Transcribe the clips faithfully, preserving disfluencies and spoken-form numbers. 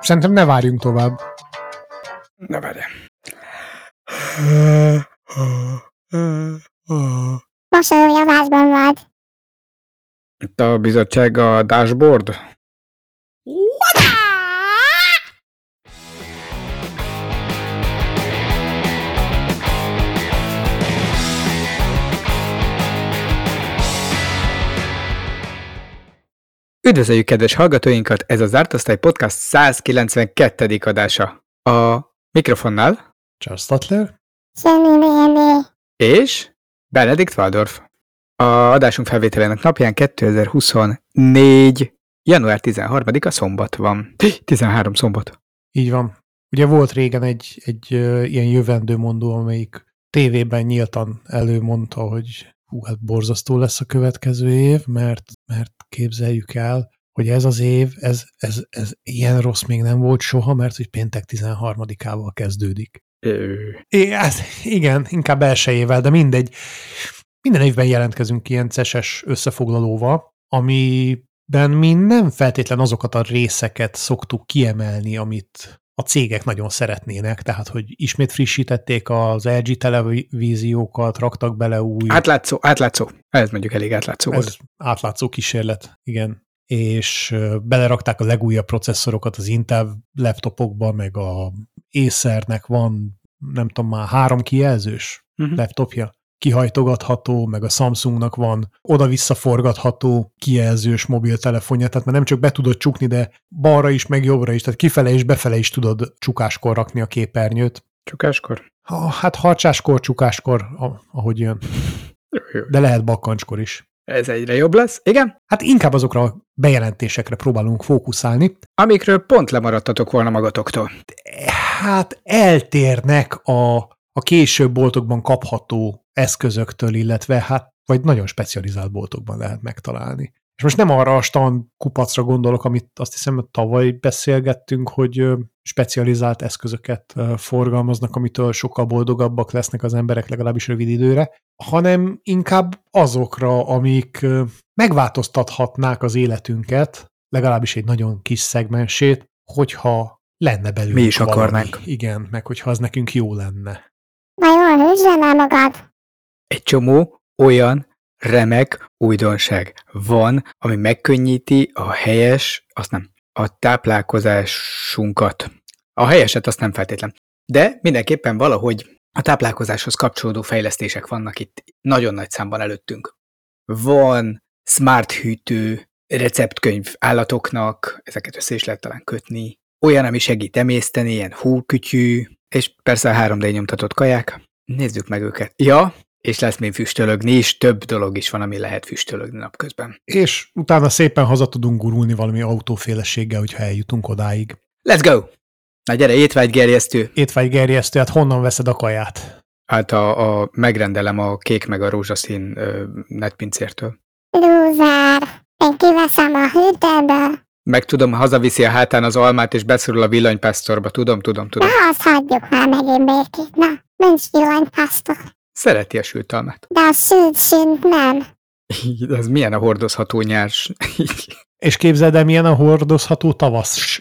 Szerintem ne várjunk tovább. Ne várjál. Most a javásban vagy. Itt a bizottság a dashboard. Üdvözöljük kedves hallgatóinkat, ez a Zárt Osztály Podcast százkilencvenkettedik adása. A mikrofonnál Charles Statler. Semmi bélé. és Benedikt Waldorf. A adásunk felvételének napján kétezer-huszonnégy. január tizenharmadika szombat van. tizenhárom szombat. Így van. Ugye volt régen egy, egy uh, ilyen jövendőmondó, amelyik tévében nyíltan előmondta, hogy hú, hát borzasztó lesz a következő év, mert, mert képzeljük el, hogy ez az év, ez, ez, ez ilyen rossz még nem volt soha, mert hogy péntek tizenharmadikával kezdődik. Ö... É, hát igen, inkább elsőjével, de mindegy. Minden évben jelentkezünk ilyen ceses összefoglalóval, amiben mi nem feltétlen azokat a részeket szoktuk kiemelni, amit a cégek nagyon szeretnének, tehát, hogy ismét frissítették az el gé televíziókat, raktak bele új... Átlátszó, átlátszó. Ez mondjuk elég átlátszó Ez volt. átlátszó kísérlet, igen. És belerakták a legújabb processzorokat az Intel laptopokba, meg a Acernek van, nem tudom már, három kijelzős uh-huh. laptopja, kihajtogatható, meg a Samsungnak van oda-vissza forgatható kijelzős mobiltelefonja, tehát már nem csak be tudod csukni, de balra is, meg jobbra is, tehát kifele és befele is tudod csukáskor rakni a képernyőt. Csukáskor? Ha, hát harcsáskor, csukáskor, ahogy jön. De lehet bakkancskor is. Ez egyre jobb lesz, igen? Hát inkább azokra a bejelentésekre próbálunk fókuszálni. Amikről pont lemaradtatok volna magatoktól. Hát eltérnek a, a később boltokban kapható eszközöktől, illetve hát vagy nagyon specializált boltokban lehet megtalálni. És most nem arra a stand kupacra gondolok, amit azt hiszem tavaly beszélgettünk, hogy specializált eszközöket forgalmaznak, amitől sokkal boldogabbak lesznek az emberek legalábbis rövid időre, hanem inkább azokra, amik megváltoztathatnák az életünket, legalábbis egy nagyon kis szegmensét, hogyha lenne belőle. Mi is valami. akarnánk. Igen, meg hogyha az nekünk jó lenne. Vajon húzzon el magad? Egy csomó olyan remek újdonság van, ami megkönnyíti a helyes, azt nem, a táplálkozásunkat. A helyeset azt nem feltétlen. De mindenképpen valahogy a táplálkozáshoz kapcsolódó fejlesztések vannak itt nagyon nagy számban előttünk. Van smart hűtő, receptkönyv állatoknak, ezeket össze is lehet talán kötni. Olyan, ami segít emészteni, ilyen húrkütyű, és persze a három dé nyomtatott kaják. Nézzük meg őket. Ja, és lesz még füstölögni is, több dolog is van, ami lehet füstölögni napközben. És utána szépen haza tudunk gurulni valami autóféleséggel, hogyha eljutunk odáig. Let's go! Na gyere, étvágygerjesztő! Étvágygerjesztő, hát honnan veszed a kaját? Hát a, a megrendelem a kék meg a rózsaszín ö, netpincértől. Lúzár. Én kiveszem a hűtőből. Meg tudom, hazaviszi a hátán az almát, és beszorul a villanypásztorba. Tudom, tudom, tudom. De azt hagyjuk már megint békét. Na, nincs villanypásztor. Szereti a sült almát. De a sült szint nem. Ez milyen a hordozható nyárs? És képzeld el, milyen a hordozható tavasz.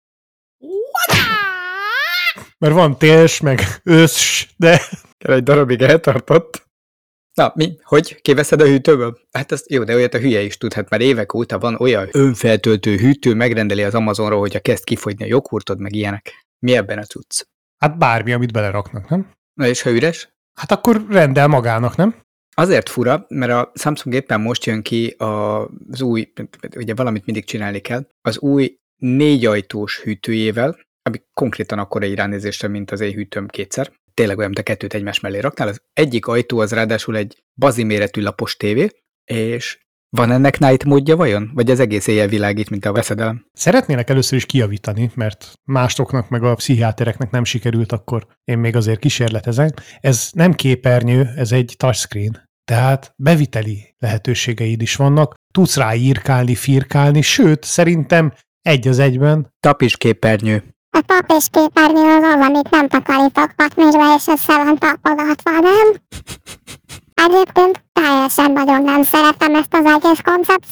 Mert van téls, meg ősz, de... Egy darabig eltartott. Na, mi? Hogy? Kiveszed a hűtőből? Hát az jó, de olyat a hülye is tud. Hát már évek óta van olyan önfeltöltő hűtő, megrendeli az Amazonról, hogyha kezd kifogyni a joghurtod, meg ilyenek. Mi ebben a cucc? Hát bármi, amit beleraknak, nem? Na és ha üres? Hát akkor rendel magának, nem? Azért fura, mert a Samsung éppen most jön ki az új, ugye valamit mindig csinálni kell, az új négyajtós hűtőjével, ami konkrétan akkora iránynézésre, mint az én hűtőm kétszer. Tényleg olyan, mint a kettőt egymás mellé raknál. Az egyik ajtó az ráadásul egy baziméretű lapos tévé, és van ennek night módja vajon? Vagy az egész éjjel világít, mint a veszedelem? Szeretnének először is kijavítani, mert másoknak meg a pszichiátereknek nem sikerült, akkor én még azért kísérletezek. Ez nem képernyő, ez egy touchscreen. Tehát beviteli lehetőségeid is vannak. Tudsz rá írkálni, firkálni, sőt, szerintem egy az egyben. Tapis képernyő. A tapis képernyő az az, amit nem takarítok papírba, és össze van tapogatva, nem? Egyébként teljesen nagyon nem szeretem ezt az egész koncepciót.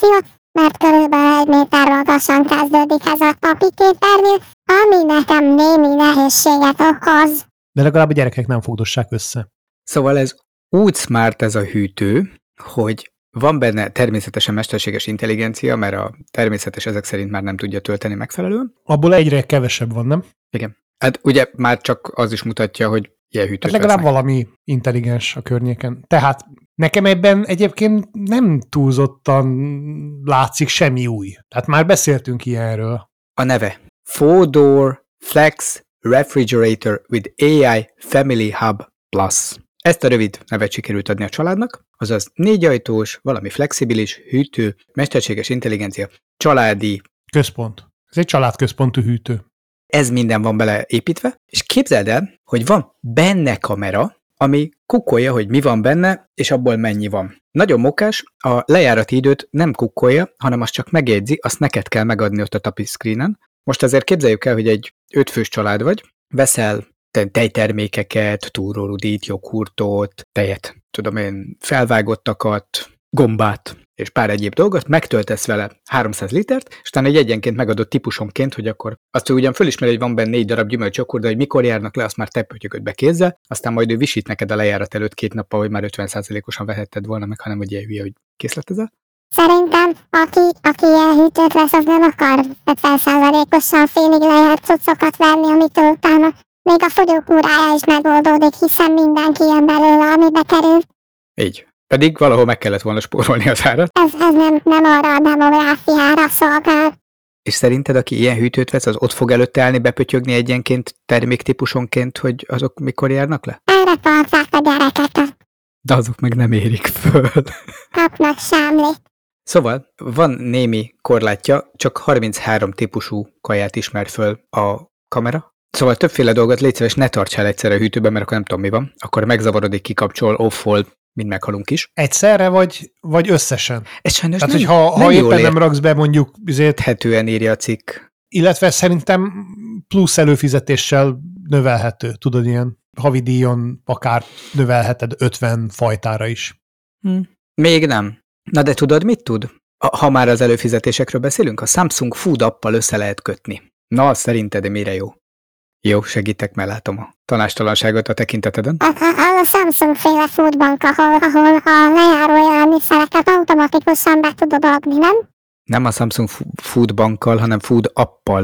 mert körülbelül egy méter magasan kezdődik ez a papiképernyő, ami nekem némi nehézséget okoz. De legalább a gyerekek nem fogdossák össze. Szóval ez úgy smart ez a hűtő, hogy van benne természetesen mesterséges intelligencia, mert a természetes ezek szerint már nem tudja tölteni megfelelően. Abból egyre kevesebb van, nem? Igen. Hát ugye már csak az is mutatja, hogy ilyen hűtőt Hát legalább vesznek. valami intelligens a környéken. Tehát nekem ebben egyébként nem túlzottan látszik semmi új. Tehát már beszéltünk ilyenről. A neve four-door Flex Refrigerator with á i Family Hub Plus. Ezt a rövid nevet sikerült adni a családnak, azaz négy ajtós, valami flexibilis, hűtő, mesterséges intelligencia, családi, Központ. Ez egy családközpontú hűtő. ez minden van bele építve, és képzeld el, hogy van benne kamera, ami kukkolja, hogy mi van benne, és abból mennyi van. Nagyon mokás, a lejárati időt nem kukkolja, hanem azt csak megjegyzi, azt neked kell megadni ott a tapi screenen. Most azért képzeljük el, hogy egy ötfős család vagy, veszel te- tejtermékeket, túrórudit, joghurtot, tejet, tudom én, felvágottakat, gombát, és pár egyéb dolgot, megtöltesz vele háromszáz litert, és utána egy egyenként megadott típusonként, hogy akkor azt ő ugyan fölismeri, hogy van benne négy darab gyümölcsjoghurt, de hogy mikor járnak le, azt már te pötyököd be kézzel, aztán majd ő visít neked a lejárat előtt két nappal, hogy már ötven százalékosan vehetted volna meg, hanem hogy ilyen hülye, hogy kész lett ezzel. Szerintem, aki, aki ilyen hűtőt vesz, az nem akar ötven százalékosan félig lejárt cuccokat venni, amitől utána még a fogyókúrája is megoldódik, hiszen mindenki ilyen belőle, amibe kerül. Így. Pedig valahol meg kellett volna spórolni az árat. Ez, ez nem, nem arra a demográfiára szolgál. És szerinted, aki ilyen hűtőt vesz, az ott fog előtte állni, bepötyögni egyenként, terméktípusonként, hogy azok mikor járnak le? Erre tartják a gyerekeket. De azok meg nem érik föl. Kapnak sámlit. Szóval van némi korlátja, csak harminchárom típusú kaját ismer föl a kamera. Szóval többféle dolgot légy szíves, ne tartsál egyszerre a hűtőben, mert akkor nem tudom mi van. Akkor megzavarodik, kikapcsol, off-hold, mind meghalunk is. Egyszerre, vagy, vagy összesen? Ez sajnos Tehát, nem, hogy ha, nem ha jól éppen nem raksz be mondjuk, azért, érthetően írja a cikk. illetve szerintem plusz előfizetéssel növelhető. Tudod, ilyen havidíjon akár növelheted ötven fajtára is. Hm. Még nem. Na de tudod, mit tud? A- Ha már az előfizetésekről beszélünk, a Samsung Food appal össze lehet kötni. Na, szerinted mire jó? Jó, segítek, mert látom a tanástalanságot a tekinteteden. A, a, a Samsung féle foodbank, ahol, ahol a lejáró élelmiszereket automatikusan be tudod adni, nem? Nem a Samsung Fu- Food bankkal, hanem Food appal.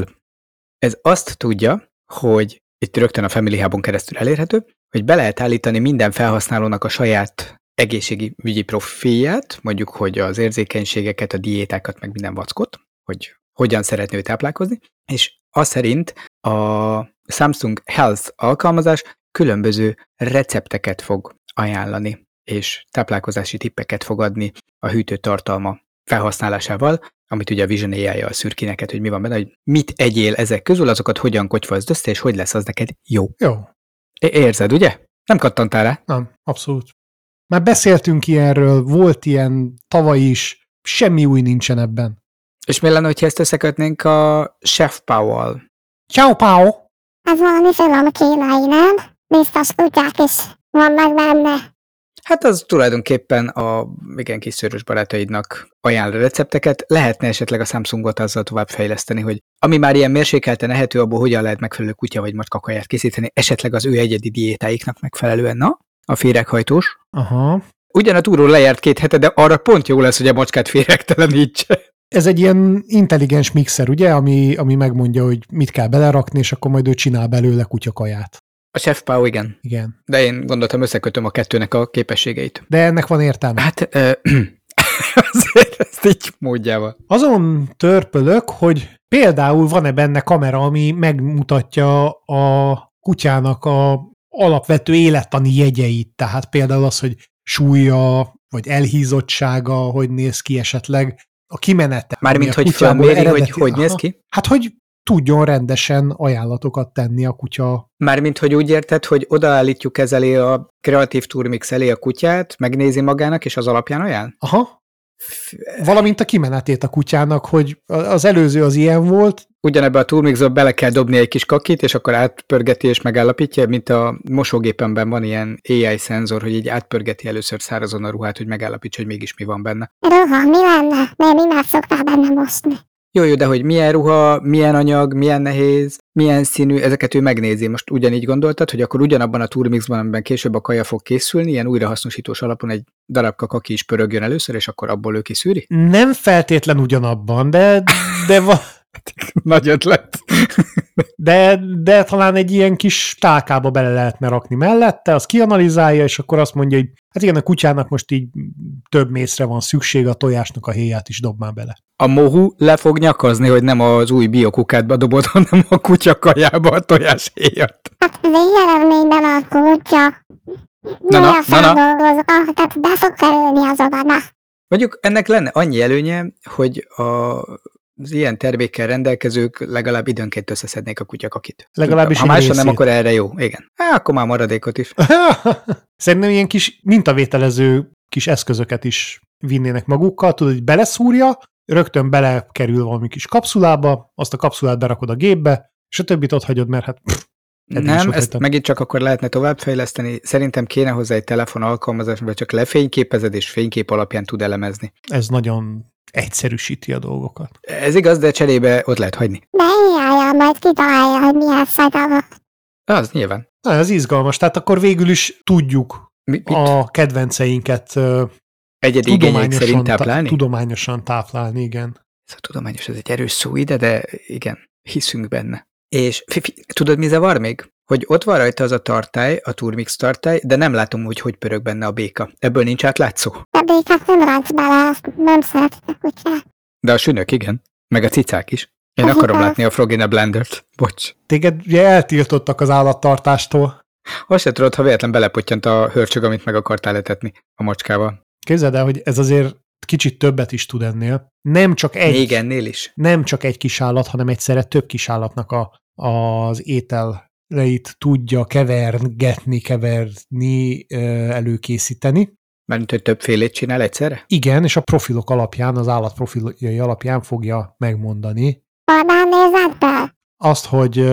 Ez azt tudja, hogy itt rögtön a Family Hubon keresztül elérhető, hogy be lehet állítani minden felhasználónak a saját egészségi ügyi profilját, mondjuk, hogy az érzékenységeket, a diétákat, meg minden vackot, hogy hogyan szeretné ő táplálkozni, és az szerint a Samsung Health alkalmazás különböző recepteket fog ajánlani, és táplálkozási tippeket fog adni a hűtő tartalma felhasználásával, amit ugye a Vision á i-jal szűr ki neked, hogy mi van benne, hogy mit egyél ezek közül, azokat hogyan kotyfazd össze, és hogy lesz az neked jó. Jó. É- Érzed, ugye? Nem kattantál rá? Nem, abszolút. Már beszéltünk ilyenről, volt ilyen tavaly is, semmi új nincsen ebben. És mi lenne, hogyha ezt összekötnénk a Chef Pau-val? Ciao, Pao! Ez valami finom kínai, nem? Biztos kutyák is vannak benne. Hát az tulajdonképpen a igen kis szőrös barátaidnak ajánl recepteket. Lehetne esetleg a Samsungot azzal tovább fejleszteni, hogy ami már ilyen mérsékelten ehető, abból hogyan lehet megfelelő kutya vagy macska kaját készíteni, esetleg az ő egyedi diétáiknak megfelelően. Na, a féreghajtós. Aha. Ugyan a túról lejárt két hete, de arra pont jó lesz, hogy a macskát féregtelenítse. Ez egy ilyen intelligens mixer, ugye, ami, ami megmondja, hogy mit kell belerakni, és akkor majd ő csinál belőle kutyakaját. A Chef Pau, igen. Igen. De én gondoltam, összekötöm a kettőnek a képességeit. De ennek van értelme. Hát, ö, azért ezt így módjával. Azon törpölök, hogy például van-e benne kamera, ami megmutatja a kutyának a alapvető élettani jegyeit, tehát például az, hogy súlya, vagy elhízottsága, hogy néz ki esetleg, a kimenete. Mármint, ami a hogy kutyából felméri, hogy eredeti- hogy néz Aha. ki? Hát, hogy tudjon rendesen ajánlatokat tenni a kutya. Mármint, hogy úgy érted, hogy odaállítjuk ez elé a kreatív turmix elé a kutyát, megnézi magának, és az alapján ajánl? Aha. Valamint a kimenetét a kutyának, hogy az előző az ilyen volt, ugyanebben a turmixba bele kell dobni egy kis kakit, és akkor átpörgeti és megállapítja, mint a mosógépemben van ilyen á i szenzor, hogy így átpörgeti először szárazon a ruhát, hogy megállapítsa, hogy mégis mi van benne. Ruha, mi lenne? Mert mi már szoktál benne mosni. Jó, jó, de hogy milyen ruha, milyen anyag, milyen nehéz, milyen színű, ezeket ő megnézi. Most ugyanígy gondoltad, hogy akkor ugyanabban a turmixban, amiben később a kaja fog készülni, ilyen újrahasznosítós alapon egy darabka kaki is pörögjön először, és akkor abból ő kiszűri? Nem feltétlen ugyanabban, de, de van... Nagy ötlet. De, de talán egy ilyen kis tálkába bele lehetne rakni mellette, az kianalizálja, és akkor azt mondja, hogy hát igen, a kutyának most így több mészre van szükség, a tojásnak a héját is dob már bele. A mohu le fog nyakazni, hogy nem az új biokukátba dobod, hanem a kutya kajába a tojás héjat. Hát végeredményben a kutya Na, na, na, na. ah, tehát be fog kerülni az oda. Mondjuk ennek lenne annyi előnye, hogy a az ilyen termékkel rendelkezők legalább időnként összeszednék a kutyakakit. Legalábbis ha másra nem, akkor erre jó. Igen. Há, akkor már maradékot is. Szerintem ilyen kis mintavételező kis eszközöket is vinnének magukkal, tudod, hogy beleszúrja, rögtön belekerül valami kis kapszulába, azt a kapszulát berakod a gépbe, és a többit ott hagyod, mert hát... Pff, nem, ezt hagytam. Megint csak akkor lehetne továbbfejleszteni. Szerintem kéne hozzá egy telefon alkalmazás, vagy csak lefényképezed, és fénykép alapján tud elemezni. Ez nagyon egyszerűsíti a dolgokat. Ez igaz, de cserébe ott lehet hagyni. De ilyen, majd kitalálja, hogy milyen szedava. Az nyilván. Na, ez izgalmas. Tehát akkor végül is tudjuk Mi, a kedvenceinket egyedi igények szerint táplálni? Tudományosan táplálni, igen. Ez a tudományos, ez egy erős szó ide, de igen, hiszünk benne. És Fifi, tudod, mi zavar még? Hogy ott van rajta az a tartály, a turmix tartály, de nem látom, hogy hogy pörög benne a béka. Ebből nincs átlátszó. A békát nem rántsz bele, azt nem szeretik a kutyát. De a sünök igen, meg a cicák is. Én akarom látni a Frog in a Blendert. Bocs. Téged ugye eltiltottak az állattartástól. Azt se tudod, ha véletlen belepottyant a hörcsög, amit meg akartál etetni a macskával. Képzeld el, hogy ez azért kicsit többet is tud ennél. Nem csak egy, még ennél is. Nem csak egy kis állat, hanem egyszerre több kis állatnak a, az ételeit tudja kevergetni, keverni, előkészíteni. Mert hogy többfélét csinál egyszerre? Igen, és a profilok alapján, az állat profiljai alapján fogja megmondani. Honnan nézed be? Azt, hogy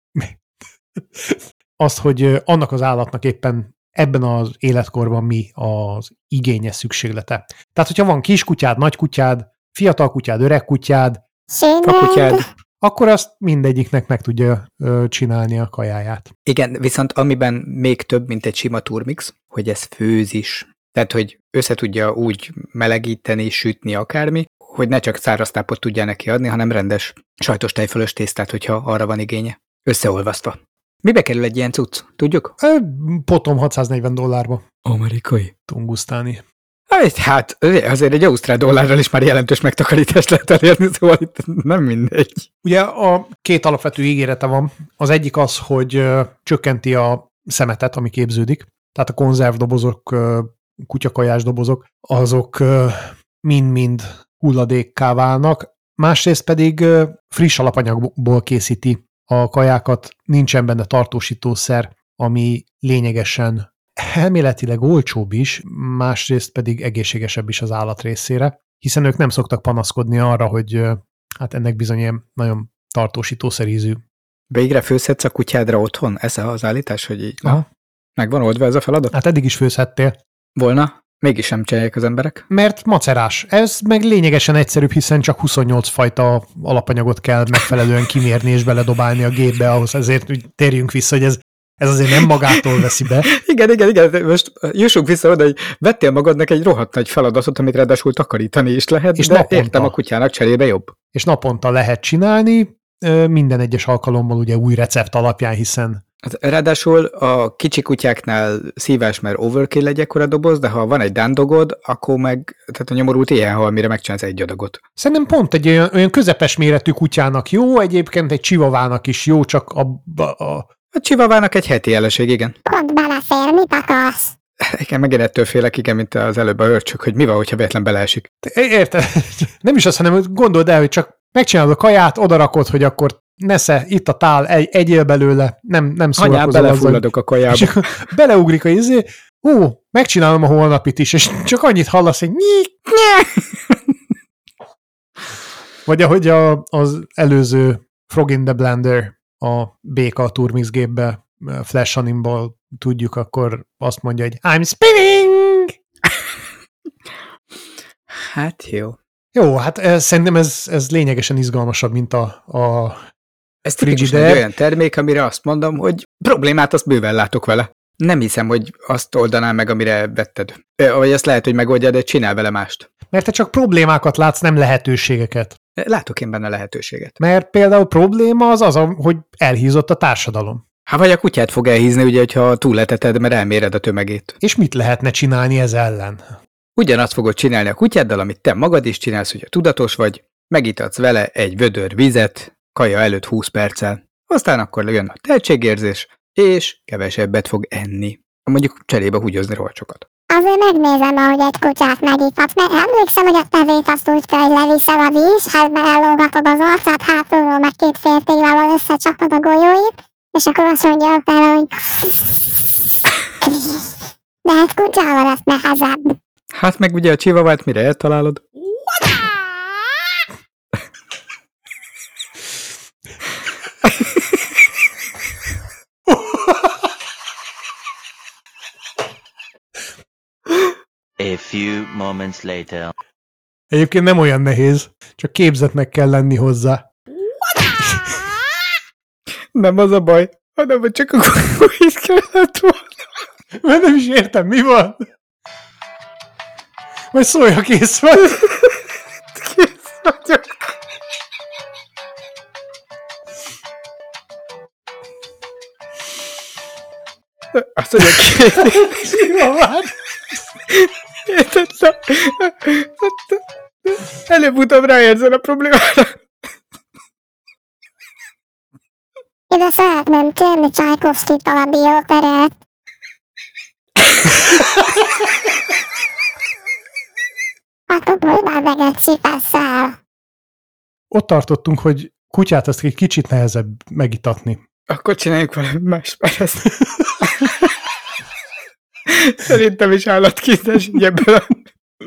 azt, hogy annak az állatnak éppen ebben az életkorban mi az igénye, szükséglete. Tehát, hogyha van kiskutyád, nagykutyád, fiatal kutyád, öreg kutyád, fakutyád, akkor azt mindegyiknek meg tudja ö, csinálni a kajáját. Igen, viszont amiben még több, mint egy sima turmix, hogy ez főz is. Tehát, hogy össze tudja úgy melegíteni, sütni akármi, hogy ne csak száraz tápot tudja neki adni, hanem rendes sajtos tejfölös tésztát, hogyha arra van igénye. Összeolvasztva. Mibe kerül egy ilyen cucc? Tudjuk? Potom hatszáznegyven dollárba. Amerikai? Tungusztáni. Hát azért egy ausztrál dollárral is már jelentős megtakarítást lehet elérni, szóval itt nem mindegy. Ugye a két alapvető ígérete van. Az egyik az, hogy csökkenti a szemetet, ami képződik. Tehát a konzervdobozok, kutyakajás dobozok, azok mind-mind hulladékká válnak. Másrészt pedig friss alapanyagból készíti a kajákat, nincsen benne tartósítószer, ami lényegesen elméletileg olcsóbb is, másrészt pedig egészségesebb is az állat részére, hiszen ők nem szoktak panaszkodni arra, hogy hát ennek bizony ilyen nagyon tartósítószerízű. Végre főzhetsz a kutyádra otthon? Ez az állítás, hogy így na, meg van oldva ez a feladat? Hát eddig is főzhettél. Volna? Mégis sem csinálják az emberek. Mert macerás. Ez meg lényegesen egyszerűbb, hiszen csak huszonnyolc fajta alapanyagot kell megfelelően kimérni és beledobálni a gépbe, ahhoz ezért úgy térjünk vissza, hogy ez, ez azért nem magától veszi be. Igen, igen, igen. Most jussunk vissza oda, hogy vettél magadnak egy rohadt nagy feladatot, amit ráadásul takarítani is lehet, és de naponta. Értem, a kutyának cserébe jobb. És naponta lehet csinálni, minden egyes alkalommal ugye új recept alapján, hiszen ráadásul a kicsi kutyáknál szívás, mert overkill egy ekkora doboz, de ha van egy dándogod, akkor meg, tehát a nyomorult ilyen hal, mire megcsinálsz egy adagot. Szerintem pont egy olyan, olyan közepes méretű kutyának jó, egyébként egy csivavának is jó, csak a... A, a... a csivavának egy heti jelenség, igen. Pont belefér, mit akarsz? Igen, megint ettől félek, igen, mint az előbb a hörcsök, hogy mi van, hogyha véletlen beleesik. Érted? Nem is azt, hanem gondold el, hogy csak megcsinálod a kaját, odarakod, hogy akkor nesze, itt a tál, egy, egyél belőle, nem, nem szórakozol. Anyám, belefulladok a kajába. És beleugrik a izé, ó, megcsinálom a holnapit is, és csak annyit hallasz, hogy nyí, vagy ahogy a, az előző Frog in the Blender, a béka a turmixgépbe, Flash animból tudjuk, akkor azt mondja, hogy I'm spinning! Hát jó. Jó, hát ez, szerintem ez, ez lényegesen izgalmasabb, mint a, a Ez tipikusan egy olyan termék, amire azt mondom, hogy problémát azt bőven látok vele. Nem hiszem, hogy azt oldanám meg, amire vetted. Vagy azt lehet, hogy megoldja, de csinál vele mást. Mert te csak problémákat látsz, nem lehetőségeket. Látok én benne lehetőséget. Mert például probléma az az, hogy elhízott a társadalom. Hát vagy a kutyát fog elhízni, ugye, hogyha túleteted, mert elméred a tömegét. És mit lehetne csinálni ez ellen? Ugyanazt fogod csinálni a kutyáddal, amit te magad is csinálsz, hogyha tudatos vagy, megitatsz vele egy vödör vizet, kaja előtt húsz perccel. Aztán akkor jön a tehetségérzés, és kevesebbet fog enni. Mondjuk cserébe húgyozni rohadt sokat. Azért megnézem, ahogy egy kutyát megítat, mert emlékszem, hogy a tevét azt úgy kell, hogy leviszel a vízházban, ellógatod az arcát, hátulról meg két féltéglával összecsapod a golyóit, és akkor azt mondja utána, hogy de hát kutyával ezt nehezebb. Hát meg ugye a csivavát mire eltalálod? A few moments later. Egyébként nem olyan nehéz, csak képzetnek kell lenni hozzá. Nem az a baj, hanem hogy csak a kutyát kellett volna. Mert nem is értem, mi van. Majd szólj, ha kész vagy. Kész vagyok. Azt mondja, kész. Mi van már? Értettem. Előbb-utóbb ráérzem a problémára. Ide szeretném kérni Csajkovszkitól a dióterét. Akkor próbáld meg egy szipesszel. Ott tartottunk, hogy kutyát azt egy kicsit nehezebb megitatni. Akkor csináljuk valami más, mert ez... Szerintem is állatkínzás így ebből a...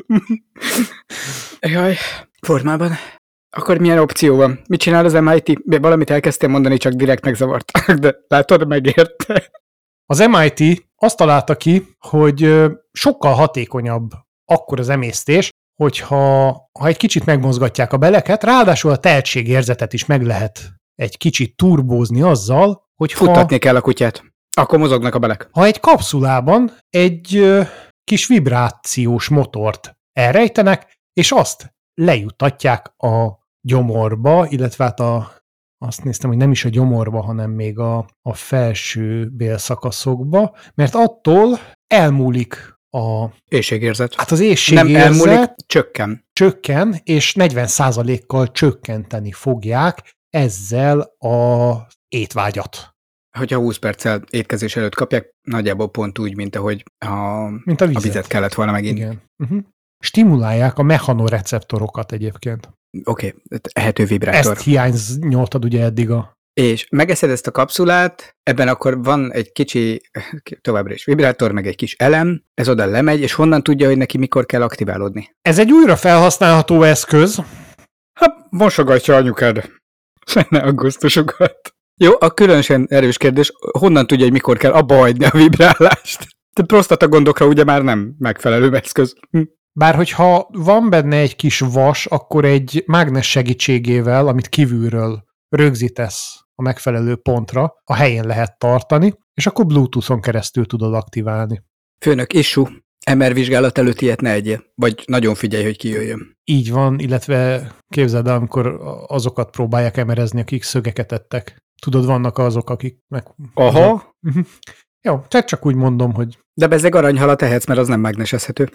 Jaj, formában. Akkor milyen opció van? Mit csinál az em i té? Valamit elkezdtél mondani, csak direkt megzavartak, de látod, megérte. Az em i té azt találta ki, hogy sokkal hatékonyabb akkor az emésztés, hogyha ha egy kicsit megmozgatják a beleket, ráadásul a tehetségérzetet is meg lehet egy kicsit turbózni azzal, hogy Futtatni ha, kell a kutyát. Akkor mozognak a belek. Ha egy kapszulában egy ö, kis vibrációs motort elrejtenek, és azt lejuttatják a gyomorba, illetve hát a, azt néztem, hogy nem is a gyomorba, hanem még a, a felső bélszakaszokba, mert attól elmúlik a... Éhségérzet. Hát az éhségérzet... Nem elmúlik, csökken. Csökken, és negyven százalékkal csökkenteni fogják ezzel az étvágyat. Hogyha húsz perccel étkezés előtt kapják, nagyjából pont úgy, mint ahogy a, mint a, vizet. a vizet kellett volna megint. Igen. Uh-huh. Stimulálják a mechanoreceptorokat egyébként. Oké, okay. Ehető vibrátor. Ezt hiányoltad ugye eddig a... És megeszed ezt a kapszulát, ebben akkor van egy kicsi, továbbra is vibrátor, meg egy kis elem, ez oda lemegy, és honnan tudja, hogy neki mikor kell aktiválódni? Ez egy újra felhasználható eszköz. Hát, mosogatja anyukád. Ne aggóztusokat. Jó, a különösen erős kérdés, honnan tudja, hogy mikor kell abba hagyni a vibrálást? Te prostata gondokra ugye már nem megfelelő eszköz. Hm. Bár hogyha van benne egy kis vas, akkor egy mágnes segítségével, amit kívülről rögzítesz a megfelelő pontra, a helyén lehet tartani, és akkor Bluetooth-on keresztül tudod aktiválni. Főnök, issú, em er vizsgálat előtt ilyet ne egyél, vagy nagyon figyelj, hogy kijöjjön. Így van, illetve képzeld el, amikor azokat próbálják emerezni, akik szögeket ettek. Tudod, vannak azok, akik meg... Aha. Uh-huh. Jó, tehát csak úgy mondom, hogy... De bezzeg aranyhalat ehetsz, mert az nem mágnesezhető.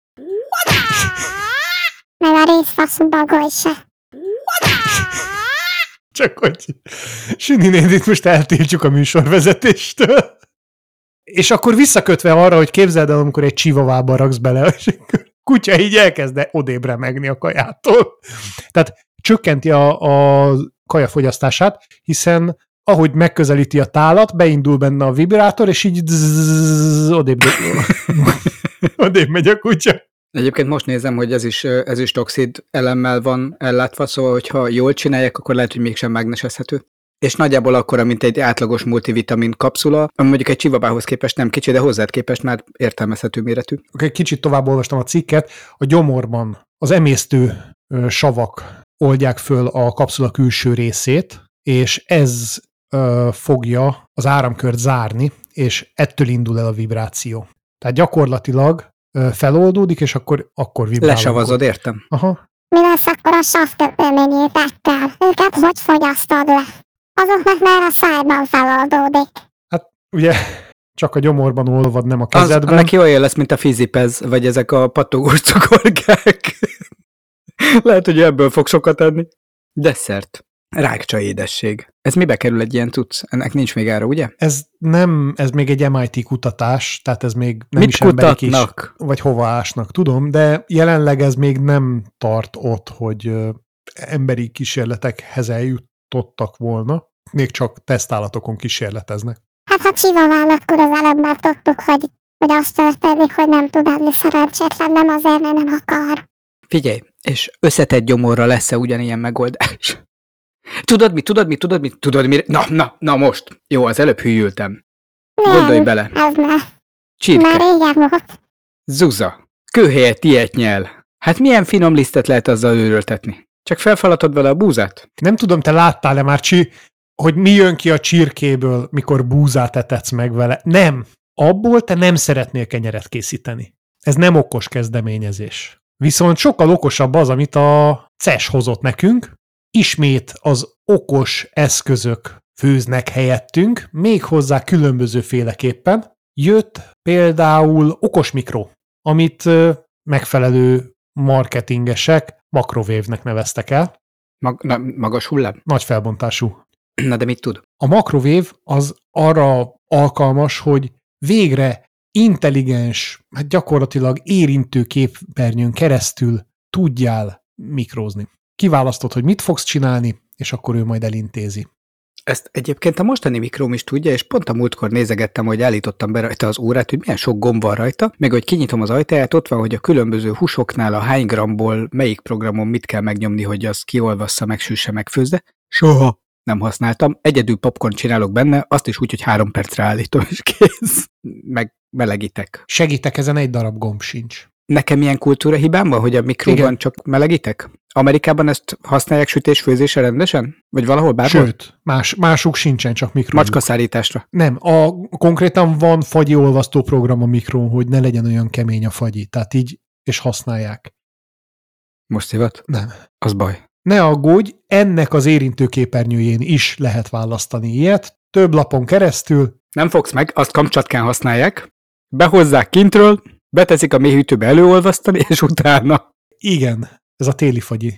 Meg a részfaszú bagoly se. Csak hogy Süni nénit most eltiltjuk a műsorvezetéstől. És akkor visszakötve arra, hogy képzeld el, amikor egy csivavába raksz bele, és a kutya így elkezd odébb remegni a kajától. Tehát csökkenti a, a kajafogyasztását, hiszen ahogy megközelíti a tálat, beindul benne a vibrátor, és így zzz, odébb, odébb megy a kutya. Egyébként most nézem, hogy ez is, ez is toxid elemmel van ellátva, szóval hogyha jól csinálják, akkor lehet, hogy mégsem mágnesezhető. És nagyjából akkora, mint egy átlagos multivitamin kapszula, ami mondjuk egy csivabához képest nem kicsi, de hozzád képest már értelmezhető méretű. Egy kicsit tovább olvastam a cikket, a gyomorban az emésztő ö, savak oldják föl a kapszula külső részét, és ez ö, fogja az áramkört zárni, és ettől indul el a vibráció. Tehát gyakorlatilag ö, feloldódik, és akkor, akkor vibrál. Lesavazod, értem. Aha. Mi lesz akkor a savtöményétekkel? Őket hogy fogyasztod le? Azoknak már a szájban feloldódik. Hát ugye csak a gyomorban olvad, nem a Az, kezedben. neki olyan lesz, mint a fizipez, vagy ezek a pattogós cukorkák. Lehet, hogy ebből fog sokat adni. Desszert. Rákcsa édesség. Ez mibe kerül egy ilyen cucc? Ennek nincs még ára, ugye? Ez nem, ez még egy em i té kutatás, tehát ez még nem Mit is emberi kis, kutatnak? vagy hova ásnak, tudom, de jelenleg ez még nem tart ott, hogy ö, emberi kísérletekhez eljutottak volna, még csak tesztálatokon kísérleteznek. Hát ha csivavál, akkor az előbb már tudtuk, hogy, hogy azt történik, hogy nem tud adni szerencsétlen, nem azért, mert nem akar. Figyelj, és összetett gyomorra lesz-e ugyanilyen megoldás? Tudod mi, tudod mi, tudod mi, tudod mi? Na, na, na most. Jó, az előbb hülyültem. Gondolj Nem, bele. ez már, már Csirke, régen volt. zuza, kőhelyett ilyet nyel. Hát milyen finom lisztet lehet azzal őröltetni? Csak felfalatod vele a búzát? Nem tudom, te láttál-e már, csi, hogy mi jön ki a csirkéből, mikor búzát etetsz meg vele? Nem. Abból te nem szeretnél kenyeret készíteni. Ez nem okos kezdeményezés. Viszont sokkal okosabb az, amit a C E S hozott nekünk. Ismét az okos eszközök főznek helyettünk, méghozzá különbözőféleképpen. Jött például okos mikro, amit ö, megfelelő marketingesek makrovévnek neveztek el. Mag, na, magas hullám? Nagy felbontású. Na de mit tud? A makrovév az arra alkalmas, hogy végre intelligens, hát gyakorlatilag érintő képernyőn keresztül tudjál mikrózni. Kiválasztod, hogy mit fogsz csinálni, és akkor ő majd elintézi. Ezt egyébként a mostani mikróm is tudja, és pont a múltkor nézegettem, hogy állítottam be rajta az órát, hogy milyen sok gomb van rajta, meg hogy kinyitom az ajtaját, ott van, hogy a különböző húsoknál a hány grammból melyik programon mit kell megnyomni, hogy az kiolvassza, megsüsse, megfőzze. Soha nem használtam. Egyedül popcorn csinálok benne, azt is úgy, hogy három percre állítom, és kész. Meg melegítek. Segítek, ezen egy darab gomb sincs. Nekem ilyen kultúra hibám van, hogy a mikróban Igen. csak melegítek? Amerikában ezt használják sütés-főzésre rendesen? Vagy valahol bárhol? Sőt, más, másuk sincsen, csak mikro. Macskaszállításra. Nem, a, konkrétan van fagyi olvasztó program a mikrón, hogy ne legyen olyan kemény a fagyi. Tehát így, és használják. Most szivat? Nem. Az baj. Ne aggódj, ennek az érintőképernyőjén is lehet választani ilyet. Több lapon keresztül. Nem fogsz meg, azt Kamcsatkán használják, behozzák kintről, beteszik a mélyhűtőbe előolvasztani, és utána. Igen, ez a téli fagyi.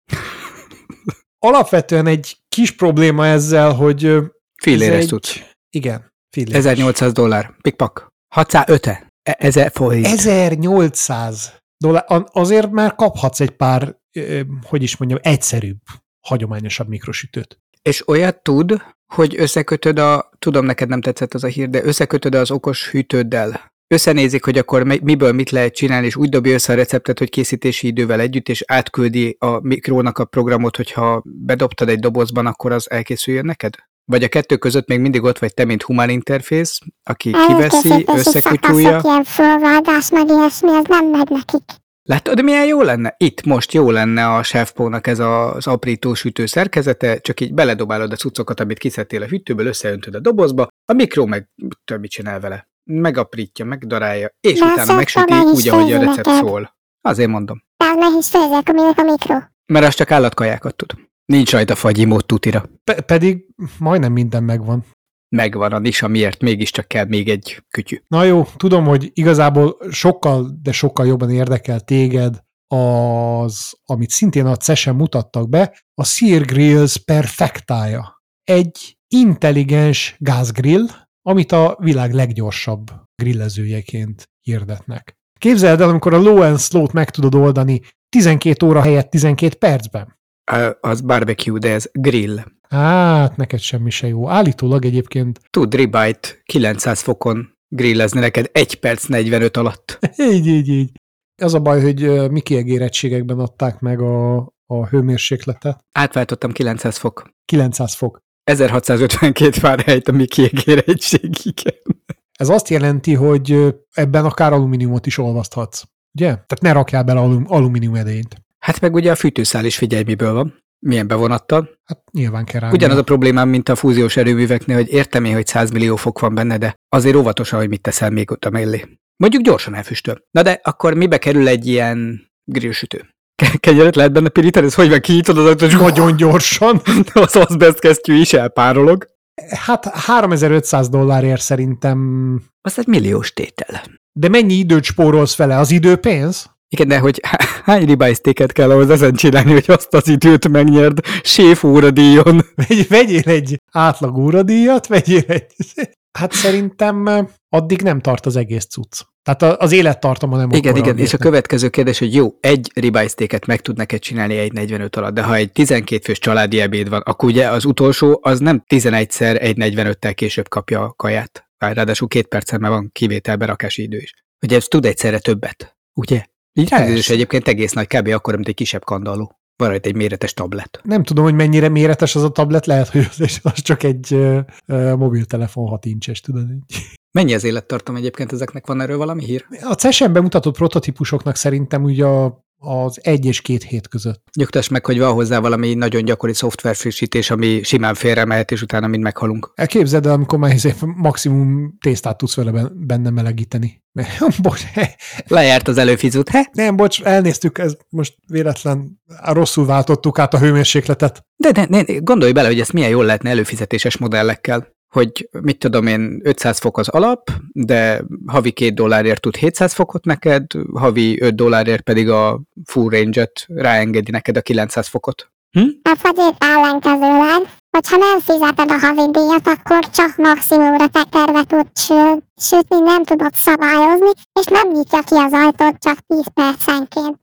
Alapvetően egy kis probléma ezzel, hogy... ö, Filléres ez egy- tudsz. Igen, filléres. ezernyolcszáz dollár. Pikpak. hatszázöt. E- ezer forint. ezernyolcszáz dollár. A- Azért már kaphatsz egy pár, ö, hogy is mondjam, egyszerűbb, hagyományosabb mikrosütőt. És olyat tud, hogy összekötöd a, tudom neked nem tetszett az a hír, de összekötöd az okos hűtőddel. Összenézik, hogy akkor mi- miből mit lehet csinálni, és úgy dobja össze a receptet, hogy készítési idővel együtt, és átküldi a mikrónak a programot, hogyha bedobtad egy dobozban, akkor az elkészüljön neked? Vagy a kettő között még mindig ott vagy te, mint humán interfész, aki kiveszi, Elkészítési összekutyúja. szakaszok, ilyen fölvágás, meg ilyesmi, ez nem megy nekik. Látod, milyen jó lenne? Itt most jó lenne a Chefpónak ez az aprító sütő szerkezete, csak így beledobálod a cuccokat, amit kiszedtél a hűtőből, összeöntöd a dobozba, a mikró meg tudom, mit csinál vele. Megaprítja, megdarálja, és De utána azt megsüti meg is úgy, ahogy a főzi recept neked. szól. Azért mondom. Tehát meg is főzzek, aminek a mikro. Mert az csak állatkajákat tud. Nincs rajta fagyimód tutira. Pe- pedig majdnem minden megvan. Megvan a nisa, miért mégiscsak kell még egy kütyű. Na jó, tudom, hogy igazából sokkal, de sokkal jobban érdekel téged az, amit szintén a C E S-en mutattak be, a Sear Grills Perfectája. Egy intelligens gázgrill, amit a világ leggyorsabb grillezőjeként hirdetnek. Képzeld el, amikor a low and slow-t meg tudod oldani tizenkét óra helyett tizenkét percben. Ö, Az barbecue, de ez grill. Hát, neked semmi se jó. Állítólag egyébként Tud ribeye-t kilencszáz fokon grillezni neked egy perc negyvenöt alatt. így, így, így. Az a baj, hogy mi kiegérettségekben adták meg a, a hőmérsékletet. Átváltottam kilencszáz fok. kilencszáz fok. ezerhatszázötvenkét Fahrenheit a mi kiegérettség, igen. Ez azt jelenti, hogy ebben akár alumíniumot is olvaszthatsz. Ugye? Tehát ne rakjál bele alum, alumínium edényt. Hát meg ugye a fűtőszál is figyelj, miből van. Milyen bevonattal. Hát nyilván kell rá. Ugyanaz a problémám, mint a fúziós erőműveknél, hogy értem én, hogy száz millió fok van benne, de azért óvatosan, hogy mit teszel még ott a mellé. Mondjuk gyorsan elfüstöl. Na de akkor mibe kerül egy ilyen grillsütő? Kenyeret lehet benne pirítani? Ez hogy van, kinyitod az ajtót, és nagyon gyorsan. Az azbesztkesztyű is elpárolog. Hát háromezer-ötszáz dollárért szerintem... Az egy milliós tétel. De mennyi időt spórolsz vele? Az idő pénz? Igen, de hogy hány ribájsztéket kell ahhoz ezen csinálni, hogy azt az időt megnyerd séf óradíjon? Vegy, vegyél egy átlag óradíjat, vegyél egy... Hát szerintem addig nem tart az egész cucc. Tehát az élettartama nem Igen, igen, és a nem. következő kérdés, hogy jó, egy ribájsztéket meg tud neked csinálni egy negyvenöt alatt, de ha egy tizenkét fős családi ebéd van, akkor ugye az utolsó az nem tizenegyszer egy negyvenöttel később kapja a kaját. Ráadásul két perccel már van kivételbe rakási idő is. Ugye ez tud egyszerre többet, ugye? Így ránézés egyébként egész nagy, kb. Akkor, mint egy kisebb kandalló. Van rajta egy méretes tablet. Nem tudom, hogy mennyire méretes az a tablet, lehet, hogy az, az csak egy uh, uh, mobiltelefon hat incses, tudod. Mennyi az élettartam egyébként, ezeknek van erről valami hír? A cé e es en bemutatott prototípusoknak szerintem ugye a, az egy és két hét között. Nyugtass meg, hogy van hozzá valami nagyon gyakori szoftverfrissítés, ami simán félre mehet, és utána mind meghalunk. Elképzeld el, amikor már maximum tésztát tudsz vele benne melegíteni. Bocs, lejárt az előfizut, he? Nem, bocs, elnéztük, ez most véletlen, rosszul váltottuk át a hőmérsékletet. De, de, de gondolj bele, hogy ezt milyen jól lehetne előfizetéses modellekkel. Hogy mit tudom én, ötszáz fok az alap, de havi két dollárért tud hétszáz fokot neked, havi öt dollárért pedig a full range-et ráengedi neked a kilencszáz fokot. Hm? Hát vagy épp ellenkezőleg, hogyha nem fizeted a havidíjat, akkor csak maximumra tekerve tudsz sütni, nem tudod szabályozni, és nem nyitja ki az ajtót csak tíz percenként.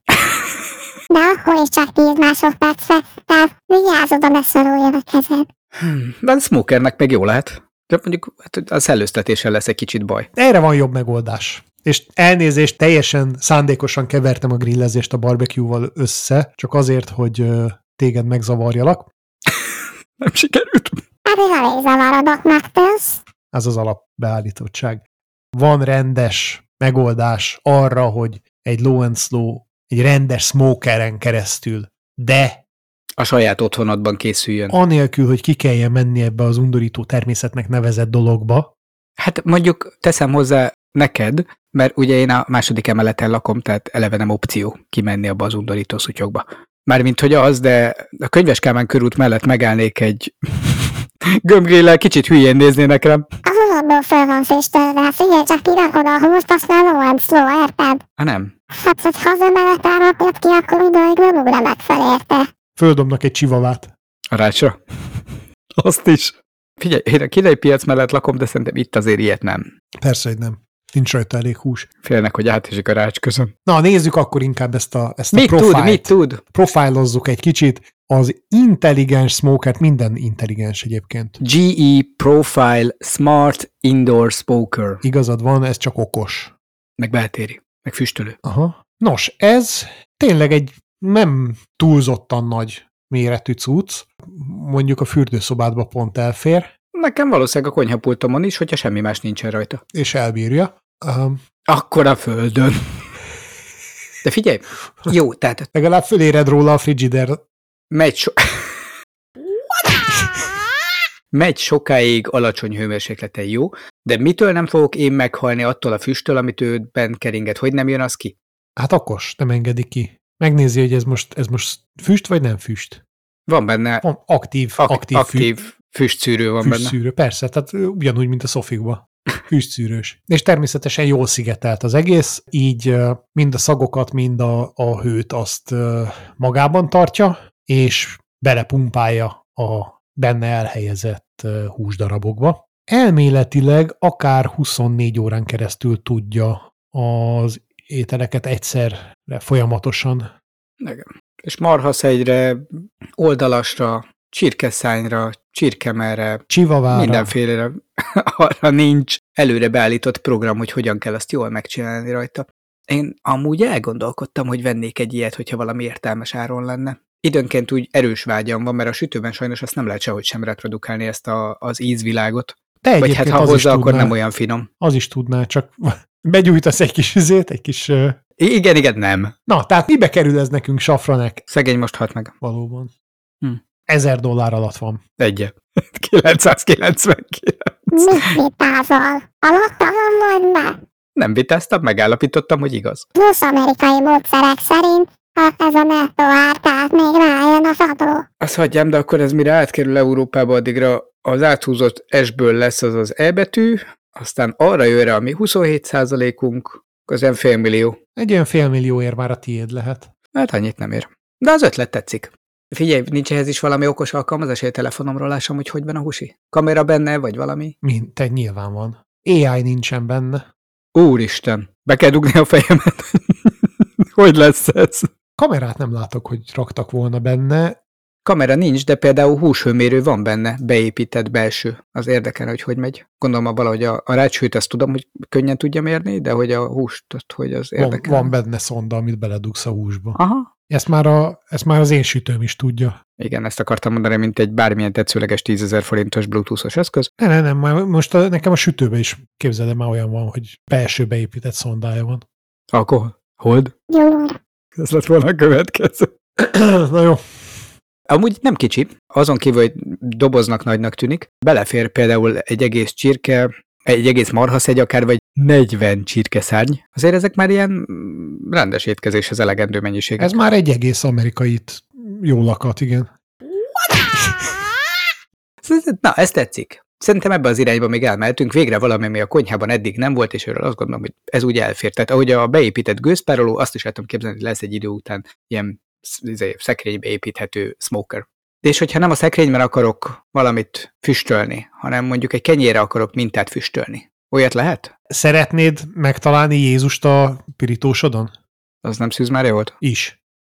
De akkor is csak tíz másodpercre, tehát vigyázz oda, ne szoruljon a kezed. Hmm, de a smokernek meg jó lehet. De mondjuk hát a szellőztetéssel lesz egy kicsit baj. Erre van jobb megoldás. És elnézést, teljesen szándékosan kevertem a grillezést a barbecue-val össze, csak azért, hogy téged megzavarjalak. Nem sikerült. Pedig elég zavarodok megtősz. Ez az alapbeállítottság. Van rendes megoldás arra, hogy egy low and slow, egy rendes smokeren keresztül, de a saját otthonodban készüljön. Anélkül, hogy ki kelljen menni ebbe az undorító természetnek nevezett dologba. Hát mondjuk teszem hozzá neked, mert ugye én a második emeleten lakom, tehát eleve nem opció kimenni abba az undorító szutyokba. Mármint, hogy az, de a Könyves Kálmán körút mellett megállnék egy gömbgréllel, kicsit hülyén néznének rám. Az oldalból föl van füstölve, figyelj csak kirakod a húst, azt már low and slow, érted? Ha nem. Hát, hogy ha az emeleten rakod ki, akkor ideig nem ugranak fel, érte? Földobnak egy csivavát. A rácsra? Azt is. Figyelj, én a kínai piac mellett lakom, de szerintem itt azért ilyet nem. Persze, hogy nem. Nincs rajta elég hús. Félnek, hogy átesik a rács közön. Na, nézzük akkor inkább ezt a, ezt mit a profilt. Tud, mit tud? Profilozzuk egy kicsit. Az intelligens smokert, minden intelligens egyébként. gé é Profile Smart Indoor Smoker. Igazad van, ez csak okos. Meg beltéri, meg füstölő. Aha. Nos, ez tényleg egy nem túlzottan nagy méretű cucc. Mondjuk a fürdőszobádba pont elfér. Nekem valószínűleg a konyhapultomon is, hogyha semmi más nincsen rajta. És elbírja. Um, Akkor a földön. De figyelj, jó, tehát... Legalább föléred róla a frigider. Megy, so... Megy sokáig alacsony hőmérsékleten, jó, de mitől nem fogok én meghalni attól a füsttől, amit ő bent keringet? Hogy nem jön az ki? Hát okos, nem engedi ki. Megnézi, hogy ez most, ez most füst, vagy nem füst. Van benne... Van aktív, ak- aktív, aktív fü- füstszűrő van füstszűrő, benne. Persze, tehát ugyanúgy, mint a szofikban. Füstszűrős. És természetesen jól szigetelt az egész, így mind a szagokat, mind a, a hőt azt magában tartja, és belepumpálja a benne elhelyezett húsdarabokba. Elméletileg akár huszonnégy órán keresztül tudja az ételeket egyszerre folyamatosan. Igen. És marhaszegyre, oldalasra, csirkeszányra, csirkemelre, csivavára, mindenfélére arra nincs előre beállított program, hogy hogyan kell azt jól megcsinálni rajta. Én amúgy elgondolkodtam, hogy vennék egy ilyet, hogyha valami értelmes áron lenne. Időnként úgy erős vágyam van, mert a sütőben sajnos azt nem lehet sehogy sem reprodukálni, ezt a, az ízvilágot. De Vagy hát ha hozzá, akkor nem olyan finom. Az is tudná, csak begyújtasz egy kis üzét, egy kis... Uh... Igen, igen, nem. Na, tehát mibe kerül ez nekünk, Safranek? Szegény most halt meg. Valóban. Hm. Ezer dollár alatt van. Egye. kilencszázkilencvenkilenc. Mit vitázol? Alatta van benne? Nem vitáztam, megállapítottam, hogy igaz. Plusz amerikai módszerek szerint, ha ez a nettó ár, tehát még rájön az adó. Azt hagyjám, de akkor ez mire átkerül Európába, addigra az áthúzott S-ből lesz az az E betű, aztán arra jön rá a mi huszonhét százalékunk, az olyan félmillió. Egy olyan félmillióért már a tiéd lehet. Hát annyit nem ér. De az ötlet tetszik. Figyelj, nincs ehhez is valami okos alkalmazás, hogy a telefonomról lássam, hogy hogy van a husi? Kamera benne, vagy valami? Mint, te nyilván van. á i nincsen benne. Úristen, be kell dugni a fejemet. Hogy lesz ez? Kamerát nem látok, hogy raktak volna benne. Kamera nincs, de például húshőmérő van benne, beépített belső. Az érdekel, hogy hogy megy. Gondolom, valahogy a, a rácshőt azt tudom, hogy könnyen tudja mérni, de hogy a húst, hogy az érdekel. Van, van benne szonda, amit beledugsz a húsba. Aha. Ezt már, a, ezt már az én sütőm is tudja. Igen, ezt akartam mondani, mint egy bármilyen tetszőleges tízezer forintos bluetoothos eszköz. Ne, ne, nem, már most a, nekem a sütőben is képzeld, már olyan van, hogy belső beépített szondája van. Akkor hold? Gyulor. Ez lett volna a következő. Na jó. Amúgy nem kicsi, azon kívül, hogy doboznak nagynak tűnik, belefér például egy egész csirke, egy egész marhaszegy akár, vagy negyven csirkeszárny. Azért ezek már ilyen rendes étkezéshez elegendő mennyiség. Ez már egy egész amerikait jól lakat, igen. Na, ez tetszik. Szerintem ebbe az irányba még elmehetünk. Végre valami, ami a konyhában eddig nem volt, és őről azt gondolom, hogy ez úgy elfér. Tehát ahogy a beépített gőzpároló, azt is el tudom képzelni, hogy lesz egy idő után ilyen szekrénybe építhető smoker. De és hogyha nem a szekrényben akarok valamit füstölni, hanem mondjuk egy kenyérre akarok mintát füstölni, olyat lehet? Szeretnéd megtalálni Jézust a pirítósodon? Az nem Szűz Mária volt? Is.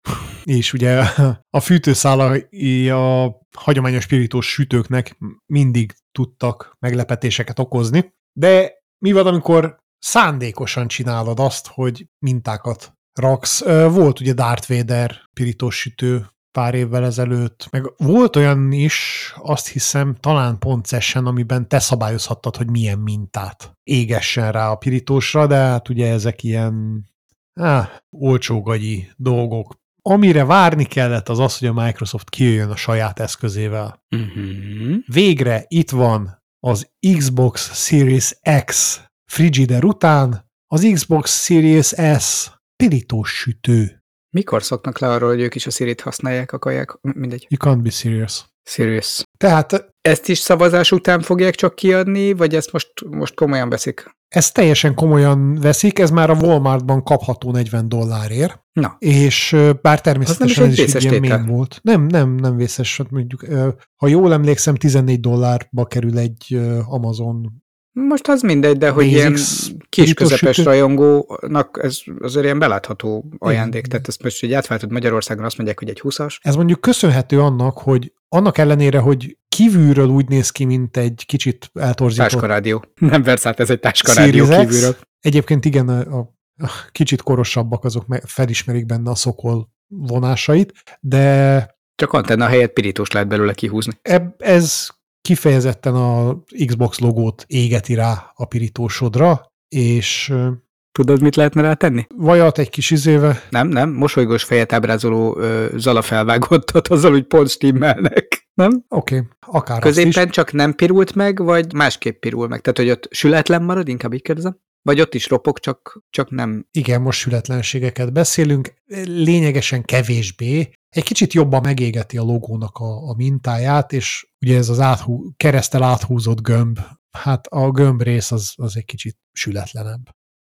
És ugye a fűtőszálai a hagyományos pirítós sütőknek mindig tudtak meglepetéseket okozni, de mi van, amikor szándékosan csinálod azt, hogy mintákat raksz? Volt ugye Darth Vader pirítós sütő pár évvel ezelőtt, meg volt olyan is, azt hiszem, talán Poncessen, amiben te szabályozhattad, hogy milyen mintát égessen rá a pirítósra, de hát ugye ezek ilyen áh, olcsógagyi dolgok. Amire várni kellett, az az, hogy a Microsoft kijöjjön a saját eszközével. Uh-huh. Végre itt van az Xbox Series X Frigidaire után az Xbox Series S pirítós sütő. Mikor szoknak le arról, hogy ők is a Siri-t használják, akarják? Mindegy. You can't be serious. Serious. Tehát ezt is szavazás után fogják csak kiadni, vagy ezt most, most komolyan veszik? Ezt teljesen komolyan veszik, ez már a Walmartban kapható negyven dollárért. Na. És bár természetesen ez is egy ilyen mém volt. Nem, nem, nem vészes. Mondjuk, ha jól emlékszem, tizennégy dollárba kerül egy Amazon. Most az mindegy, de hogy ilyen kis közepes rajongónak ez azért ilyen belátható ajándék. Igen. Tehát ezt most, hogy átváltod Magyarországon, azt mondják, hogy egy húszas. Ez mondjuk köszönhető annak, hogy annak ellenére, hogy kívülről úgy néz ki, mint egy kicsit eltorzított... Táskarádió. Nem Versailles, ez egy táskarádió kívülről. Egyébként igen, a, a kicsit korosabbak azok felismerik benne a szokol vonásait, de... Csak antenna helyett pirítós lehet belőle kihúzni. Eb, ez kifejezetten a Xbox logót égeti rá a pirítósodra, és... Tudod, mit lehetne rá tenni? Vajat egy kis izéve. Nem, nem, mosolygós fejet ábrázoló ö, Zala felvágottat, azzal úgy pont stimmelnek. Nem? Oké, okay, akár középen csak nem pirult meg, vagy másképp pirul meg? Tehát, hogy ott sületlen marad, inkább így kérdezem? Vagy ott is ropog, csak, csak nem... Igen, most sületlenségeket beszélünk, lényegesen kevésbé. Egy kicsit jobban megégeti a logónak a, a mintáját, és ugye ez az áthú, keresztel áthúzott gömb, hát a gömb rész az, az egy kicsit sületlenebb.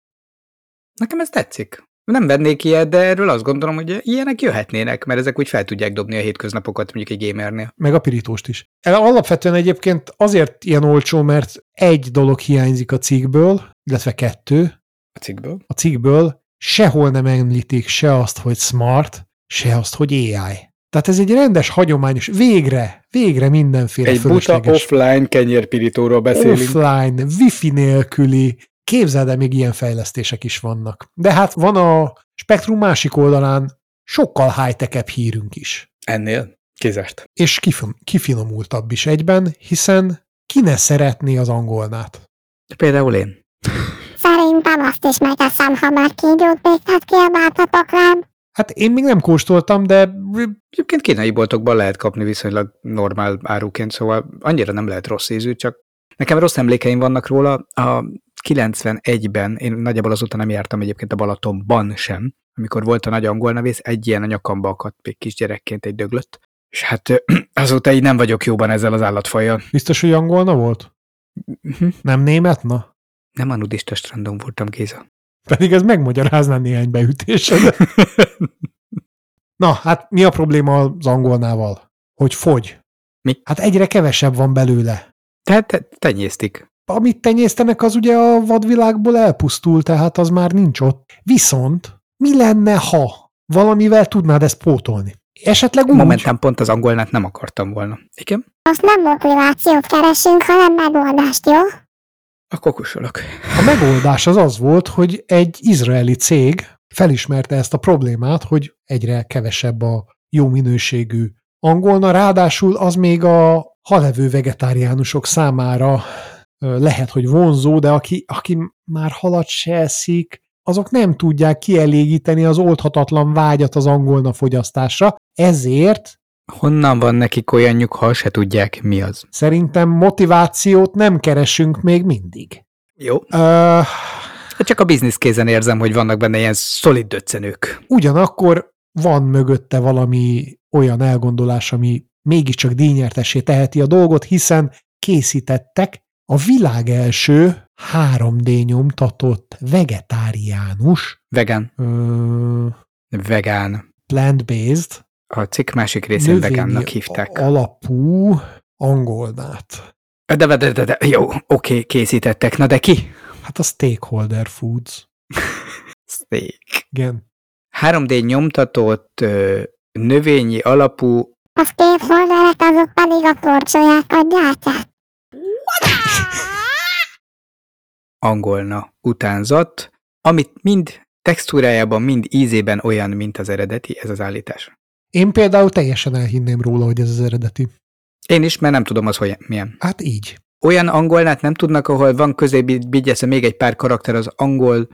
Nekem ez tetszik. Nem vennék ilyet, de erről azt gondolom, hogy ilyenek jöhetnének, mert ezek úgy fel tudják dobni a hétköznapokat mondjuk egy gamernél. Meg a pirítóst is. Alapvetően egyébként azért ilyen olcsó, mert egy dolog hiányzik a cikkből, illetve kettő. A cikkből? A cikkből sehol nem említik se azt, hogy smart, se azt, hogy á i. Tehát ez egy rendes, hagyományos, végre, végre mindenféle egy fölösleges. Egy buta offline kenyérpirítóról beszélünk. Offline, wifi nélküli, Képzeld el, még ilyen fejlesztések is vannak. De hát van a spektrum másik oldalán sokkal high-tech-ebb hírünk is. Ennél kizárt. És kifin- kifinomultabb is egyben, hiszen ki ne szeretné az angolnát? Például én. Szerintem azt is megeszem, ha már kígyót békát kiabáltatok rám. Hát én még nem kóstoltam, de Egyébként kínai boltokban lehet kapni viszonylag normál áruként, szóval annyira nem lehet rossz ízű, csak nekem rossz emlékeim vannak róla. A kilencvenegyben, én nagyjából azóta nem jártam egyébként a Balatonban sem, amikor volt a nagy angolnavész, egy ilyen a nyakamba akadt még kisgyerekként egy döglött. És hát azóta így nem vagyok jóban ezzel az állatfajjal. biztos, hogy angolna volt? Nem német, na? Nem a nudista strandon voltam, Géza. Pedig ez megmagyarázná néhány beütésed. Na, hát mi a probléma az angolnával? Hogy fogy. Mi? Hát egyre kevesebb van belőle. Tehát te, tenyésztik. Amit tenyésztenek, az ugye a vadvilágból elpusztul, tehát az már nincs ott. Viszont mi lenne, ha valamivel tudnád ezt pótolni? Esetleg úgy, Momentán pont az angolnát nem akartam volna. Igen? Most nem motivációt keresünk, hanem megoldást, jó? Akkor kussolok. a megoldás az az volt, hogy egy izraeli cég felismerte ezt a problémát, hogy egyre kevesebb a jó minőségű angolna, ráadásul az még a halevő vegetáriánusok számára lehet, hogy vonzó, de aki, aki már halat se eszik, azok nem tudják kielégíteni az oldhatatlan vágyat az angolna fogyasztásra, ezért Honnan van nekik olyanjuk, ha se tudják, mi az? szerintem motivációt nem keresünk még mindig. Jó. Uh, Csak a bizniszkézen érzem, hogy vannak benne ilyen szolid döccenők. ugyanakkor van mögötte valami olyan elgondolás, ami mégiscsak díjnyertessé teheti a dolgot, hiszen készítettek a világ első három dé nyomtatott vegetáriánus, Vegán. ö, Vegán. plant-based, A cikk másik részén növényi vegánnak hívták. alapú angolnát. De, de, de, de, de jó, oké, készítettek. Na de ki? Hát a Stakeholder Foods. Steak. Igen. három dé nyomtatott ö, növényi alapú A stakeholderek azok pedig a korcsolyákat gyártják. angolna utánzat, amit mind textúrájában, mind ízében olyan, mint az eredeti, ez az állítás. Én például teljesen elhinném róla, hogy ez az eredeti. Én is, mert nem tudom az, hogy milyen. Hát így. Olyan angolnát nem tudnak, ahol van közébigyezve még egy pár karakter az angol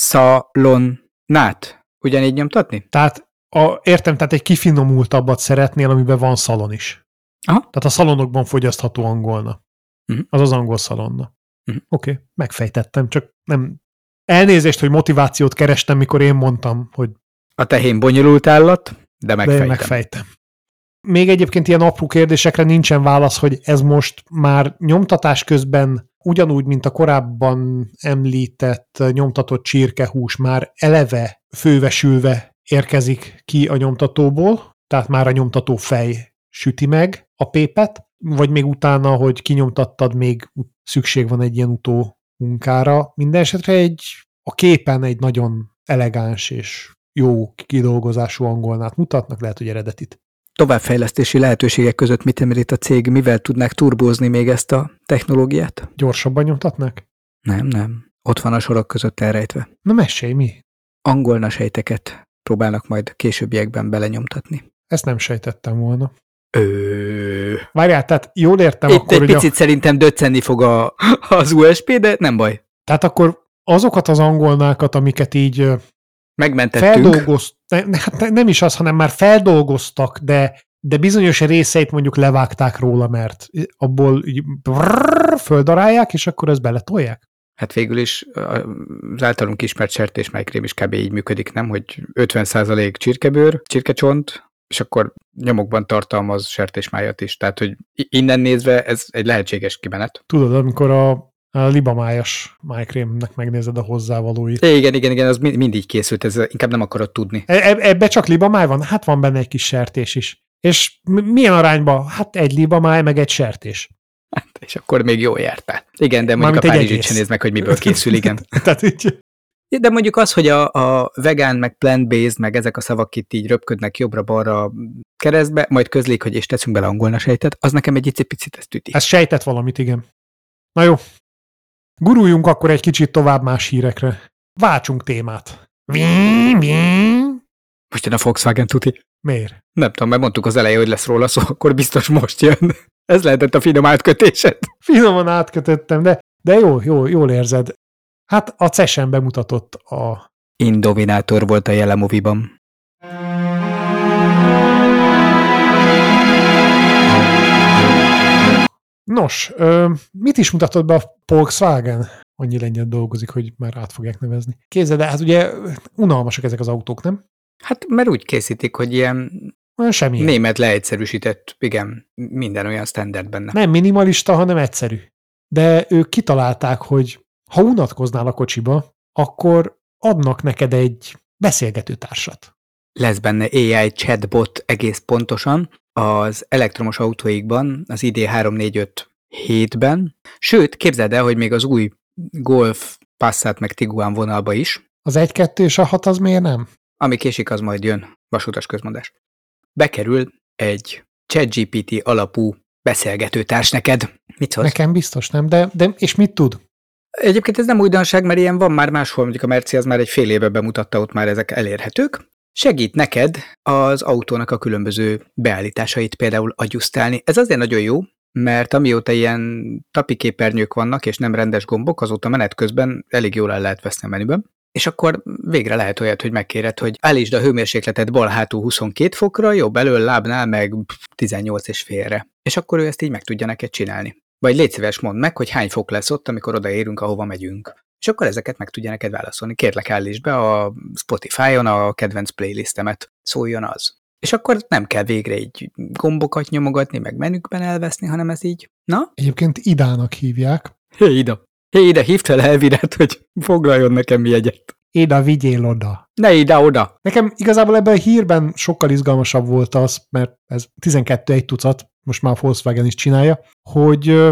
szalonnát. Ugyanígy nyomtatni? Tehát a, értem, tehát egy kifinomultabbat szeretnél, amiben van szalon is. Aha. Tehát a szalonokban fogyasztható angolna. Uh-huh. Az az angol szalonna. Uh-huh. Oké, okay, megfejtettem, csak nem... Elnézést, hogy motivációt kerestem, mikor én mondtam, hogy A tehén bonyolult állat, de de megfejtem. én megfejtem. Még egyébként ilyen apró kérdésekre nincsen válasz, hogy ez most már nyomtatás közben ugyanúgy, mint a korábban említett nyomtatott csirkehús már eleve fővesülve érkezik ki a nyomtatóból, tehát már a nyomtató fej süti meg a pépet, vagy még utána, hogy kinyomtattad, még szükség van egy ilyen utó munkára. Mindenesetre egy, a képen egy nagyon elegáns és jó kidolgozású angolnát mutatnak, lehet, hogy eredetit. Továbbfejlesztési lehetőségek között mit említ a cég, mivel tudnák turbózni még ezt a technológiát? Gyorsabban nyomtatnak? Nem, nem. Ott van a sorok között elrejtve. Na mesélj, mi? Angolna sejteket próbálnak majd későbbiekben belenyomtatni. Ezt nem sejtettem volna. Ö... Várjál, tehát jól értem Itt akkor, egy hogy picit a, szerintem döccenni fog a, az u es pé, de nem baj. tehát akkor azokat az angolnákat, amiket így ö, Megmentettünk. feldolgozt, ne, hát ne- nem is az, hanem már feldolgoztak, de, de bizonyos részeit mondjuk levágták róla, mert abból így brrr, földarálják, és akkor ezt beletolják. Hát végül is az általunk ismert sertésmájkrém is kb. Így működik, nem? Hogy ötven százalék csirkebőr, csirkecsont, és akkor nyomokban tartalmaz sertésmájat is. Tehát, hogy innen nézve ez egy lehetséges kimenet. Tudod, amikor a, a libamájas májkrémnek megnézed a hozzávalóit. Igen, igen, igen, az mind, mindig készült, ez inkább nem akarod tudni. E- e- ebbe csak libamáj van? Hát van benne egy kis sertés is. És mi- milyen arányban? Hát egy libamáj, meg egy sertés. Hát, és akkor még jól jártál. Igen, de mondjuk Mármint a egy Párizsit egész. sem nézd meg, hogy miből készül, igen. Tehát így... De mondjuk az, hogy a, a vegán, meg plant-based, meg ezek a szavak itt így röpködnek jobbra-balra keresztbe, majd közlik, hogy és teszünk bele angolna sejtet, az nekem egy icipicit ezt üti. Ez sejtett valamit, igen. Na jó. Guruljunk akkor egy kicsit tovább más hírekre. Váltsunk témát. Most jön a Volkswagen tuti. Miért? Nem tudom, mert mondtuk az elején, hogy lesz róla szó, akkor biztos most jön. Ez lehetett a finom átkötésed. Finoman átkötöttem, de, de jó, jó, jól érzed. Hát a cé e es-en bemutatott a... Indominátor volt a jelen moviban. Nos, ö, mit is mutatott be a Volkswagen? Annyi lennyit dolgozik, hogy már át fogják nevezni. Képzeld, de hát ugye unalmasak ezek az autók, nem? Hát mert úgy készítik, hogy ilyen Olyan semmi. német leegyszerűsített, igen, minden olyan standard benne. Nem minimalista, hanem egyszerű. De ők kitalálták, hogy ha unatkoznál a kocsiba, akkor adnak neked egy beszélgetőtársat. Lesz benne á i chatbot egész pontosan az elektromos autóikban, az i dé három négy öt hétben. Sőt, képzeld el, hogy még az új Golf, Passat meg Tiguan vonalba is. Az egy kettő és a hat az miért nem? Ami késik, az majd jön, vasutas közmondás. Bekerül egy ChatGPT alapú beszélgetőtárs neked. Mit szólsz? Nekem biztos nem, de, de és mit tud? Egyébként ez nem újdonság, mert ilyen van már máshol, mondjuk a Merci az már egy fél éve bemutatta, ott már ezek elérhetők. Segít neked az autónak a különböző beállításait például adjusztálni. Ez azért nagyon jó, mert amióta ilyen tapiképernyők vannak, és nem rendes gombok, azóta menet közben elég jól el lehet veszni a menüben. És akkor végre lehet olyat, hogy megkéred, hogy állítsd a hőmérsékletet bal-hátul huszonkét fokra, jobb elől lábnál meg tizennyolc és félre. És akkor ő ezt így meg tudja neked csinálni. Vagy légy szíves, mondd meg, hogy hány fok lesz ott, amikor odaérünk, ahova megyünk. És akkor ezeket meg tudja neked válaszolni. Kérlek, állítsd be a Spotify-on a kedvenc playlistemet. Szóljon az. És akkor nem kell végre így gombokat nyomogatni, meg menükben elveszni, hanem ez így, na? Egyébként Idának hívják. Hé, Ida! Hé, Ida, hívd fel Elvirát, hogy foglaljon nekem jegyet. Ida, vigyél oda. Ne ide, oda! Nekem igazából ebben a hírben sokkal izgalmasabb volt az, mert ez tizenkettő egy tucat, most már a Volkswagen is csinálja, hogy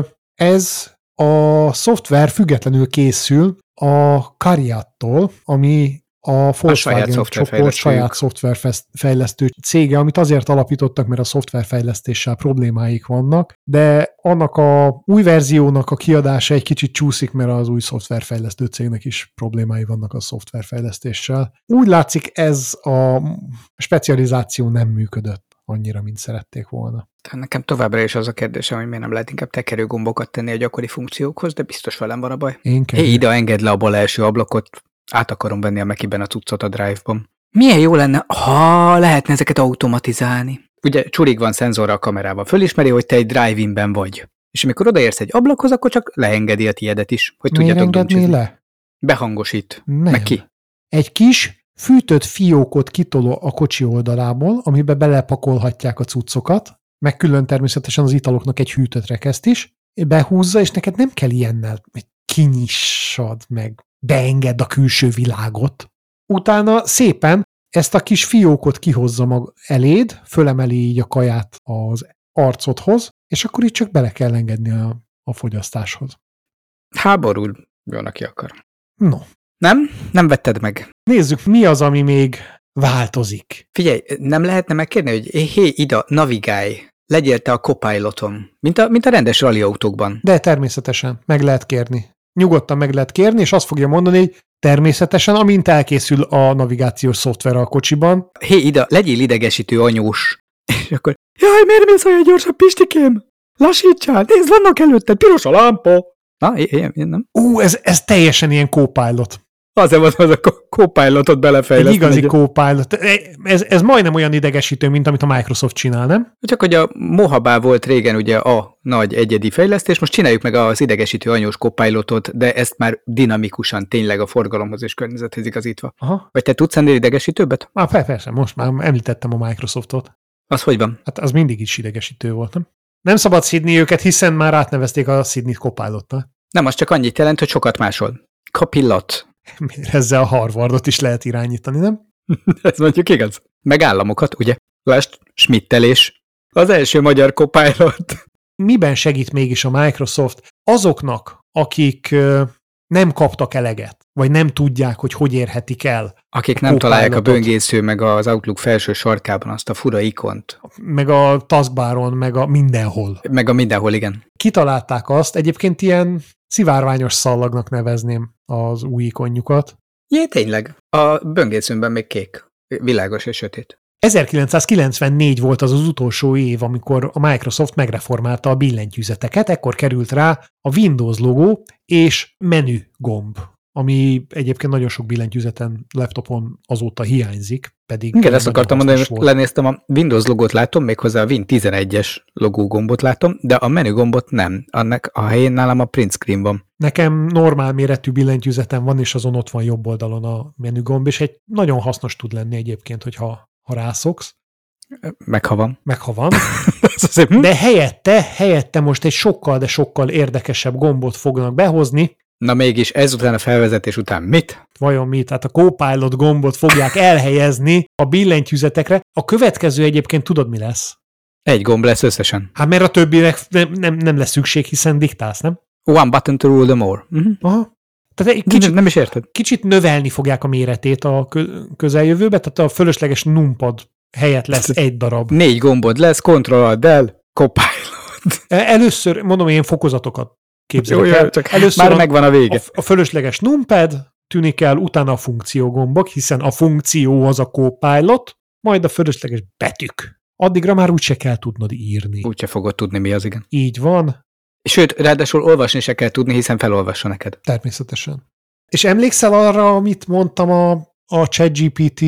ez a szoftver függetlenül készül a Cariat-tól, ami a Volkswagen a csoport saját szoftverfejlesztő cége, amit azért alapítottak, mert a szoftverfejlesztéssel problémáik vannak, de annak a új verziónak a kiadása egy kicsit csúszik, mert az új szoftverfejlesztő cégnek is problémái vannak a szoftverfejlesztéssel. Úgy látszik, ez a specializáció nem működött annyira, mint szerették volna. Nekem továbbra is az a kérdésem, hogy miért nem lehet inkább tekerőgombokat tenni a gyakori funkciókhoz, de biztos velem van a baj. Én Hé, Ida, engedd le a bal első ablakot, át akarom venni a Mac-ben a cuccot a Drive-ban. Milyen jó lenne, ha lehetne ezeket automatizálni. Ugye csurig van szenzorra a kamerában, fölismeri, hogy te egy drive-inben vagy. És amikor odaérsz egy ablakhoz, akkor csak leengedi a tiédet is, hogy Miért tudjátok engedné dumcsizni. le? Behangosít. Nem. Meg ki? Egy kis fűtött fiókot kitol a kocsi oldalából, amiben belepakolhatják a cuccokat, meg külön természetesen az italoknak egy hűtött rekeszt is, behúzza, és neked nem kell ilyennel, hogy kinyissad meg, beengedd a külső világot. Utána szépen ezt a kis fiókot kihozza mag eléd, fölemeli így a kaját az arcodhoz, és akkor így csak bele kell engedni a, a fogyasztáshoz. Háború jön, aki akar. No, Nem? Nem vetted meg. nézzük, mi az, ami még változik. Figyelj, nem lehetne megkérni, hogy hé, Ida, navigálj, legyél te a copilotom, mint a, mint a rendes rallyautókban. De természetesen meg lehet kérni. Nyugodtan meg lehet kérni, és azt fogja mondani, hogy természetesen, amint elkészül a navigációs szoftver a kocsiban. Hé, Ida, legyél idegesítő anyós. És akkor, jaj, miért mész olyan gyorsan, Pistikém? Lassítsál, nézd, vannak előtted, piros a lámpa. Na, ilyen, ilyen nem? Ú, ez, ez teljesen ilyen co-pilot. Azért van az a co-pilotot Egy belefejleszteni. igazi co-pilot. Ez, ez majdnem olyan idegesítő, mint amit a Microsoft csinál, nem? Csak hogy a Mohabá volt régen ugye a nagy egyedi fejlesztés, most csináljuk meg az idegesítő anyós copilotot, de ezt már dinamikusan tényleg a forgalomhoz és környezethez igazítva. Aha. Vagy te tudsz ennél idegesítőbbet? Á, persze, most már említettem a Microsoftot. Az hogy van? Hát az mindig is idegesítő volt, nem? Nem szabad szidni őket, hiszen már átnevezték a Sydney copilottal. Nem, az csak annyit jelent, hogy sokat másol. Copilot. Ezzel a Harvardot is lehet irányítani, nem? Ez mondjuk igaz. Meg államokat, ugye? Lásd, smittelés. Az első magyar copilot. Miben segít mégis a Microsoft azoknak, akik ö, nem kaptak eleget, vagy nem tudják, hogy hogy érhetik el, Akik nem találják a böngésző meg az Outlook felső sarkában azt a fura ikont. meg a taskbaron, meg a mindenhol. Meg a mindenhol, igen. Kitalálták azt, egyébként ilyen szivárványos szallagnak nevezném az új ikonjukat. Jé, tényleg. A böngészőmben még kék. Világos és sötét. ezerkilencszázkilencvennégy volt az az utolsó év, amikor a Microsoft megreformálta a billentyűzeteket, ekkor került rá a Windows logó és menü gomb, ami egyébként nagyon sok billentyűzeten, laptopon azóta hiányzik, pedig... Igen, ezt akartam mondani, most volt. Lenéztem a Windows logót látom, méghozzá a Win tizenegyes logó gombot látom, de a menü gombot nem. Annak a helyén nálam a print screen van. Nekem normál méretű billentyűzetem van, és azon ott van jobb oldalon a menü gomb, és egy nagyon hasznos tud lenni egyébként, hogyha ha rászoksz. Meg ha van. Meg ha van. De helyette, helyette most egy sokkal, de sokkal érdekesebb gombot fognak behozni. Na mégis ezután a felvezetés után mit? Vajon mi? Tehát a Copilot gombot fogják elhelyezni a billentyűzetekre. A következő egyébként tudod, mi lesz? Egy gomb lesz összesen. Hát mert a többinek nem, nem, nem lesz szükség, hiszen diktálsz, nem? One button to rule them all. Uh-huh. Aha. Tehát egy kicsit, nem, nem is érted. Kicsit növelni fogják a méretét a közeljövőbe, tehát a fölösleges numpad helyett lesz egy darab. Négy gombod lesz, Ctrl-Del, Copilot. Először, mondom, én fokozatokat képzelek jó, el. Jó, csak Először már a, megvan a vége. A, a fölösleges numpad tűnik el, utána a funkciógombok, hiszen a funkció az a Copilot, majd a fölösleges betűk. Addigra már úgyse kell tudnod írni. Úgyse fogod tudni, mi az, igen. Így van. Sőt, ráadásul olvasni se kell tudni, hiszen felolvassa neked. Természetesen. És emlékszel arra, amit mondtam a, a ChatGPT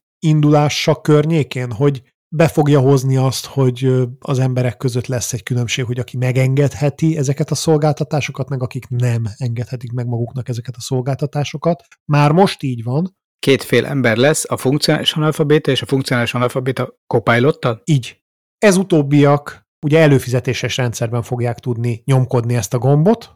indulása környékén, hogy be fogja hozni azt, hogy az emberek között lesz egy különbség, hogy aki megengedheti ezeket a szolgáltatásokat, meg akik nem engedhetik meg maguknak ezeket a szolgáltatásokat. Már most így van. Kétféle ember lesz, a funkcionális analfabéta és a funkcionális analfabéta Copilottal? Így. Ez utóbbiak ugye előfizetéses rendszerben fogják tudni nyomkodni ezt a gombot,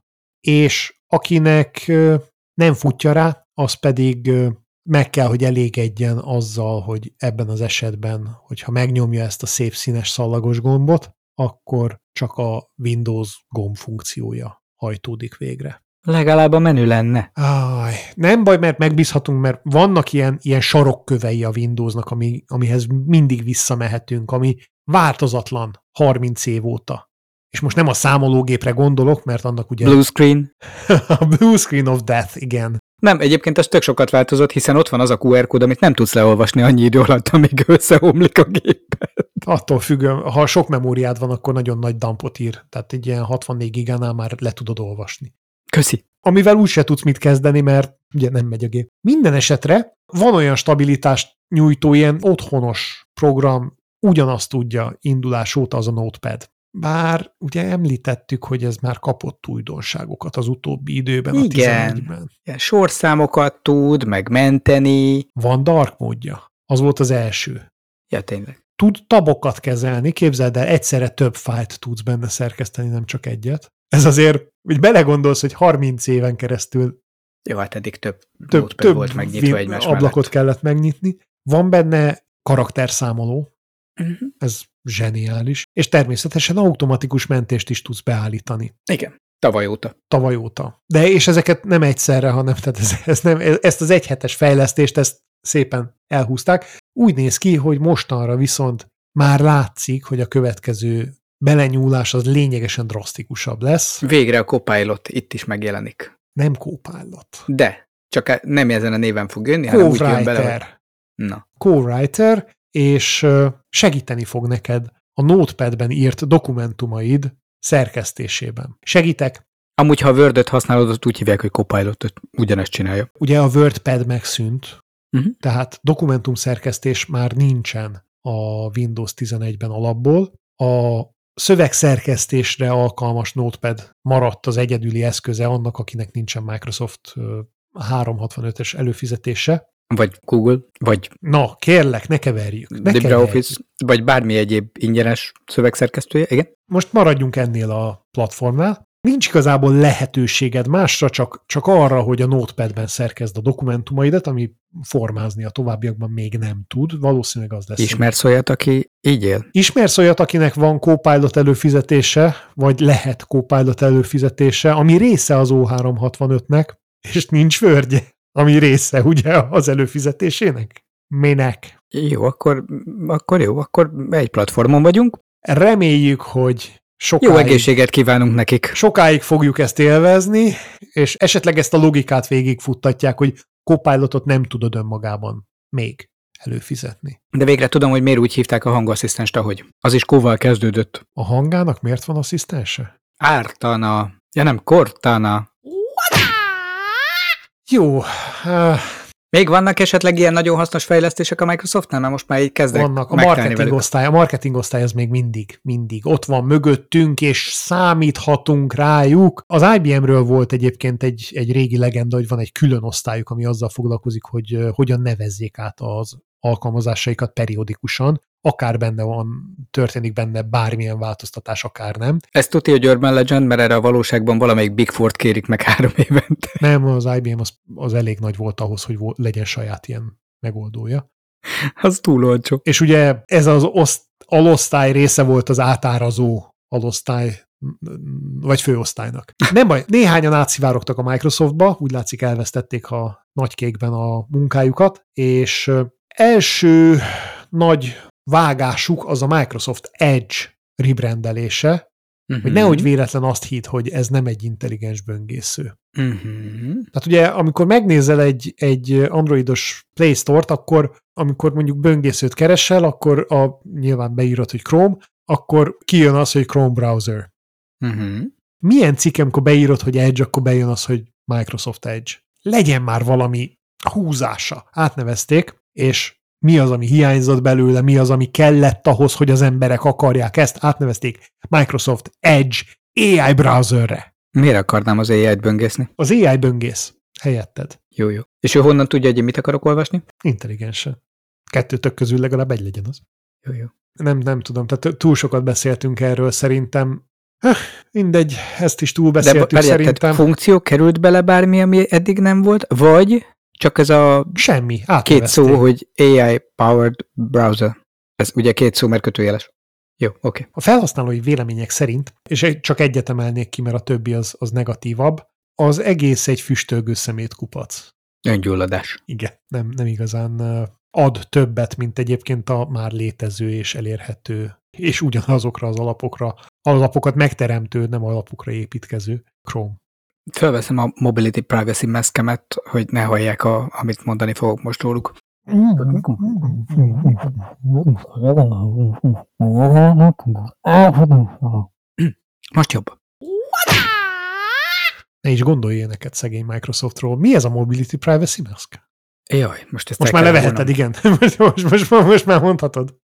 és akinek nem futja rá, az pedig meg kell, hogy elégedjen azzal, hogy ebben az esetben, hogyha megnyomja ezt a szép színes szallagos gombot, akkor csak a Windows gomb funkciója hajtódik végre. Legalább a menü lenne. Áj, nem baj, mert megbízhatunk, mert vannak ilyen, ilyen sarokkövei a Windowsnak, ami, amihez mindig visszamehetünk, ami változatlan harminc év óta. És most nem a számológépre gondolok, mert annak ugye... Blue screen. A blue screen of death, igen. Nem, egyébként ez tök sokat változott, hiszen ott van az a kú er kód, amit nem tudsz leolvasni annyi idő alatt, amíg összeomlik a géped. Attól függően, ha sok memóriád van, akkor nagyon nagy dumpot ír. Tehát egy ilyen hatvannégy gigánál már le tudod olvasni. Köszi. Amivel úgyse tudsz mit kezdeni, mert ugye nem megy a gép. Minden esetre van olyan stabilitást nyújtó ilyen otthonos program, ugyanazt tudja indulás óta az a Notepad. Bár ugye említettük, hogy ez már kapott újdonságokat az utóbbi időben. Igen. A tizenegyben. Igen, sorszámokat tud, meg menteni. Van dark módja. Az volt az első. Ja, tényleg. Tud tabokat kezelni, képzeld el, egyszerre több fájlt tudsz benne szerkeszteni, nem csak egyet. Ez azért, hogy belegondolsz, hogy harminc éven keresztül jó, hát eddig több, több, több volt megnyitva egymás ablakot mellett. kellett megnyitni. Van benne karakterszámoló, Uh-huh. ez zseniális, és természetesen automatikus mentést is tudsz beállítani. Igen, tavaly óta. Tavaly óta. De és ezeket nem egyszerre, hanem tehát ez, ez nem, ezt az egyhetes fejlesztést, ezt szépen elhúzták. Úgy néz ki, hogy mostanra viszont már látszik, hogy a következő belenyúlás az lényegesen drasztikusabb lesz. Végre a Copilot itt is megjelenik. Nem Copilot. De, csak nem ezen a néven fog jönni, hanem úgy jön bele, hogy... Na. Co-writer, és segíteni fog neked a Notepad-ben írt dokumentumaid szerkesztésében. Segítek. Amúgy, ha a Word-öt használod, azt úgy hívják, hogy Copilot, ugyanezt csinálja. Ugye a WordPad megszűnt, uh-huh. tehát dokumentumszerkesztés már nincsen a Windows tizenegyben alapból. A szövegszerkesztésre alkalmas Notepad maradt az egyedüli eszköze annak, akinek nincsen Microsoft háromszázhatvanötös előfizetése. Vagy Google, vagy... Na, kérlek, ne keverjük. Ne LibreOffice, vagy bármi egyéb ingyenes szövegszerkesztője, igen? Most maradjunk ennél a platformnál. Nincs igazából lehetőséged másra, csak, csak arra, hogy a Notepadben szerkezd a dokumentumaidat, ami formázni a továbbiakban még nem tud. Valószínűleg az lesz. Ismersz olyat, aki így él? Ismersz olyat, akinek van Copilot előfizetése, vagy lehet Copilot előfizetése, ami része az o háromszázhatvanötnek, és nincs Wordje, ami része ugye az előfizetésének? Minek? Jó, akkor, akkor jó, akkor egy platformon vagyunk. Reméljük, hogy sokáig, Jó egészséget kívánunk nekik. Sokáig fogjuk ezt élvezni, és esetleg ezt a logikát végigfuttatják, hogy Copilotot nem tudod önmagában még előfizetni. De végre tudom, hogy miért úgy hívták a hangasszisztenst, ahogy. Az is kóval kezdődött. A hangának miért van asszisztense? Ártana. Ja nem, Cortana. Jó. Uh, Még vannak esetleg ilyen nagyon hasznos fejlesztések a Microsoftnál, mert most már így kezdek vannak. A megtelni marketing velük. osztály, a marketing osztály az még mindig, mindig ott van mögöttünk, és számíthatunk rájuk. Az I B M-ről volt egyébként egy, egy régi legenda, hogy van egy külön osztályuk, ami azzal foglalkozik, hogy uh, hogyan nevezzék át az alkalmazásaikat periódikusan, akár benne van, történik benne bármilyen változtatás, akár nem. Ez tudja, hogy Urban Legend, mert erre a valóságban valamelyik Big Four-t kérik meg három évente. Nem, az I B M az, az elég nagy volt ahhoz, hogy legyen saját ilyen megoldója. Az túl olcsó. És ugye ez az oszt, alosztály része volt az átárazó alosztály, vagy főosztálynak. Nem baj, néhányan átszivárogtak a Microsoftba, úgy látszik elvesztették a nagykékben a munkájukat, és első nagy vágásuk az a Microsoft Edge rebrandelése, uh-huh. hogy nehogy véletlen azt hidd, hogy ez nem egy intelligens böngésző. Uh-huh. Tehát ugye, amikor megnézel egy, egy androidos Play Store-t, akkor amikor mondjuk böngészőt keresel, akkor a, nyilván beírod, hogy Chrome, akkor kijön az, hogy Chrome browser. Uh-huh. Milyen cikk, amikor beírod, hogy Edge, akkor bejön az, hogy Microsoft Edge. Legyen már valami húzása. Átnevezték, és mi az, ami hiányzott belőle, mi az, ami kellett ahhoz, hogy az emberek akarják ezt, átnevezték Microsoft Edge á i browserre. Miért akarnám az á i-t böngészni? Az á i böngész helyetted. Jó, jó. És ő honnan tudja, hogy én mit akarok olvasni? Intelligensen. Kettőtök közül legalább egy legyen az. Jó, jó. Nem, nem tudom, tehát túl sokat beszéltünk erről szerintem. Heh, mindegy, ezt is túl beszéltük De várjál, szerintem. Tehát funkció került bele bármi, ami eddig nem volt, vagy csak ez a Semmi, két átnevezték. szó, hogy á i-powered browser. Ez ugye két szó, mert kötőjeles. Jó, oké. Okay. A felhasználói vélemények szerint, és csak egyet emelnék ki, mert a többi az, az negatívabb, az egész egy füstölgő szemétkupac. Öngyulladás. Igen, nem, nem igazán ad többet, mint egyébként a már létező és elérhető, és ugyanazokra az alapokra, alapokat megteremtő, nem alapokra építkező Chrome. Felveszem a Mobility Privacy maszkemet, hogy ne hallják, a, amit mondani fogok most róluk. Most jobb. Ne is gondolj ilyeneket szegény Microsoftról. Mi ez a Mobility Privacy Mask? Jaj, most ezt Most el már kell leveheted, volnom. igen. Most, most, most, most már mondhatod.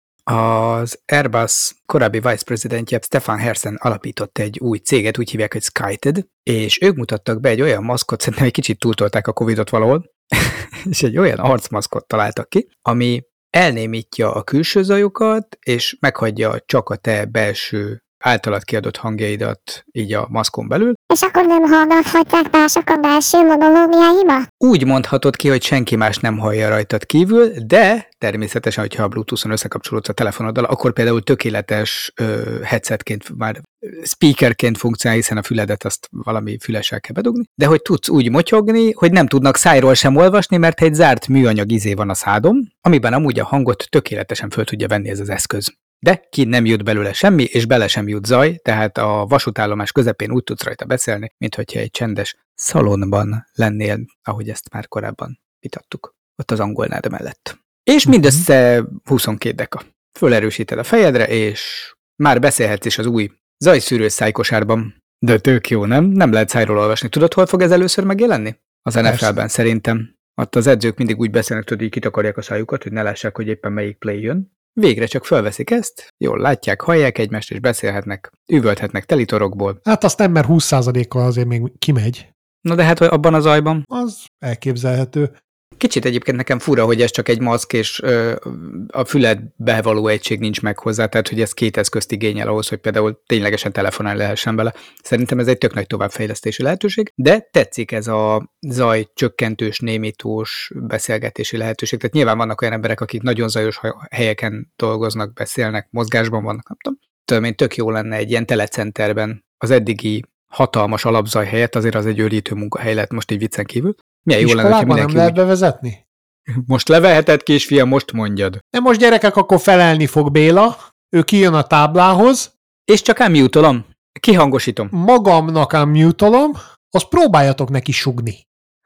Az Airbus korábbi vice presidentje Stefan Hersen alapított egy új céget, úgy hívják, hogy SkyTed, és ők mutattak be egy olyan maszkot, szerintem egy kicsit túltolták a Covidot valahol, és egy olyan arcmaszkot találtak ki, ami elnémítja a külső zajokat, és meghagyja csak a te belső általad kiadott hangjaidat így a maszkon belül. És akkor nem hallgathatják mások a belső monológiáiba? Úgy mondhatod ki, hogy senki más nem hallja rajtad kívül, de természetesen, hogyha a Bluetooth-on összekapcsolódsz a telefonoddal, akkor például tökéletes ö, headsetként, már speakerként funkcionál, hiszen a füledet azt valami fülessel kell bedugni, de hogy tudsz úgy motyogni, hogy nem tudnak szájról sem olvasni, mert egy zárt műanyag izé van a szádom, amiben amúgy a hangot tökéletesen föl tudja venni ez az eszköz. De ki nem jut belőle semmi, és bele sem jut zaj, tehát a vasútállomás közepén úgy tudsz rajta beszélni, mint hogyha egy csendes szalonban lennél, ahogy ezt már korábban vitattuk, ott az angol náda mellett. És mindössze huszonkét deka. Fölerősíted a fejedre, és már beszélhetsz is az új zajszűrő szájkosárban. De tök jó, nem? Nem lehet szájról olvasni. Tudod, hol fog ez először megjelenni? Az en ef el-ben szerintem. Ott az edzők mindig úgy beszélnek, tudod, hogy kitakarják a szájukat, hogy ne lássák, hogy éppen melyik play jön. Végre csak felveszik ezt, jól látják, hallják egymást, és beszélhetnek, üvölthetnek telitorokból. Hát azt nem, mert húsz százalékkal azért még kimegy. Na de hát abban az zajban. Az elképzelhető. Kicsit egyébként nekem fura, hogy ez csak egy maszk, és ö, a füledbe való egység nincs meg hozzá, tehát hogy ez két eszközt igényel ahhoz, hogy például ténylegesen telefonálni lehessen vele. Szerintem ez egy tök nagy továbbfejlesztési lehetőség, de tetszik ez a zaj csökkentős, némítós beszélgetési lehetőség. Tehát nyilván vannak olyan emberek, akik nagyon zajos helyeken dolgoznak, beszélnek, mozgásban vannak, nem tudom. Tudom én, tök jó lenne egy ilyen telecenterben az eddigi hatalmas alapzaj helyett, azért az egy őrítő munkahely lett most így viccen kívül. Milyen jó lenne, hogyha Iskolában nem mindenki lehet úgy... bevezetni? Most leveheted, kisfiam, most mondjad. Nem, most gyerekek, akkor felelni fog Béla, ő kijön a táblához, És csak unmute-olom. Kihangosítom. Magamnak unmute-olom, azt próbáljatok neki sugni.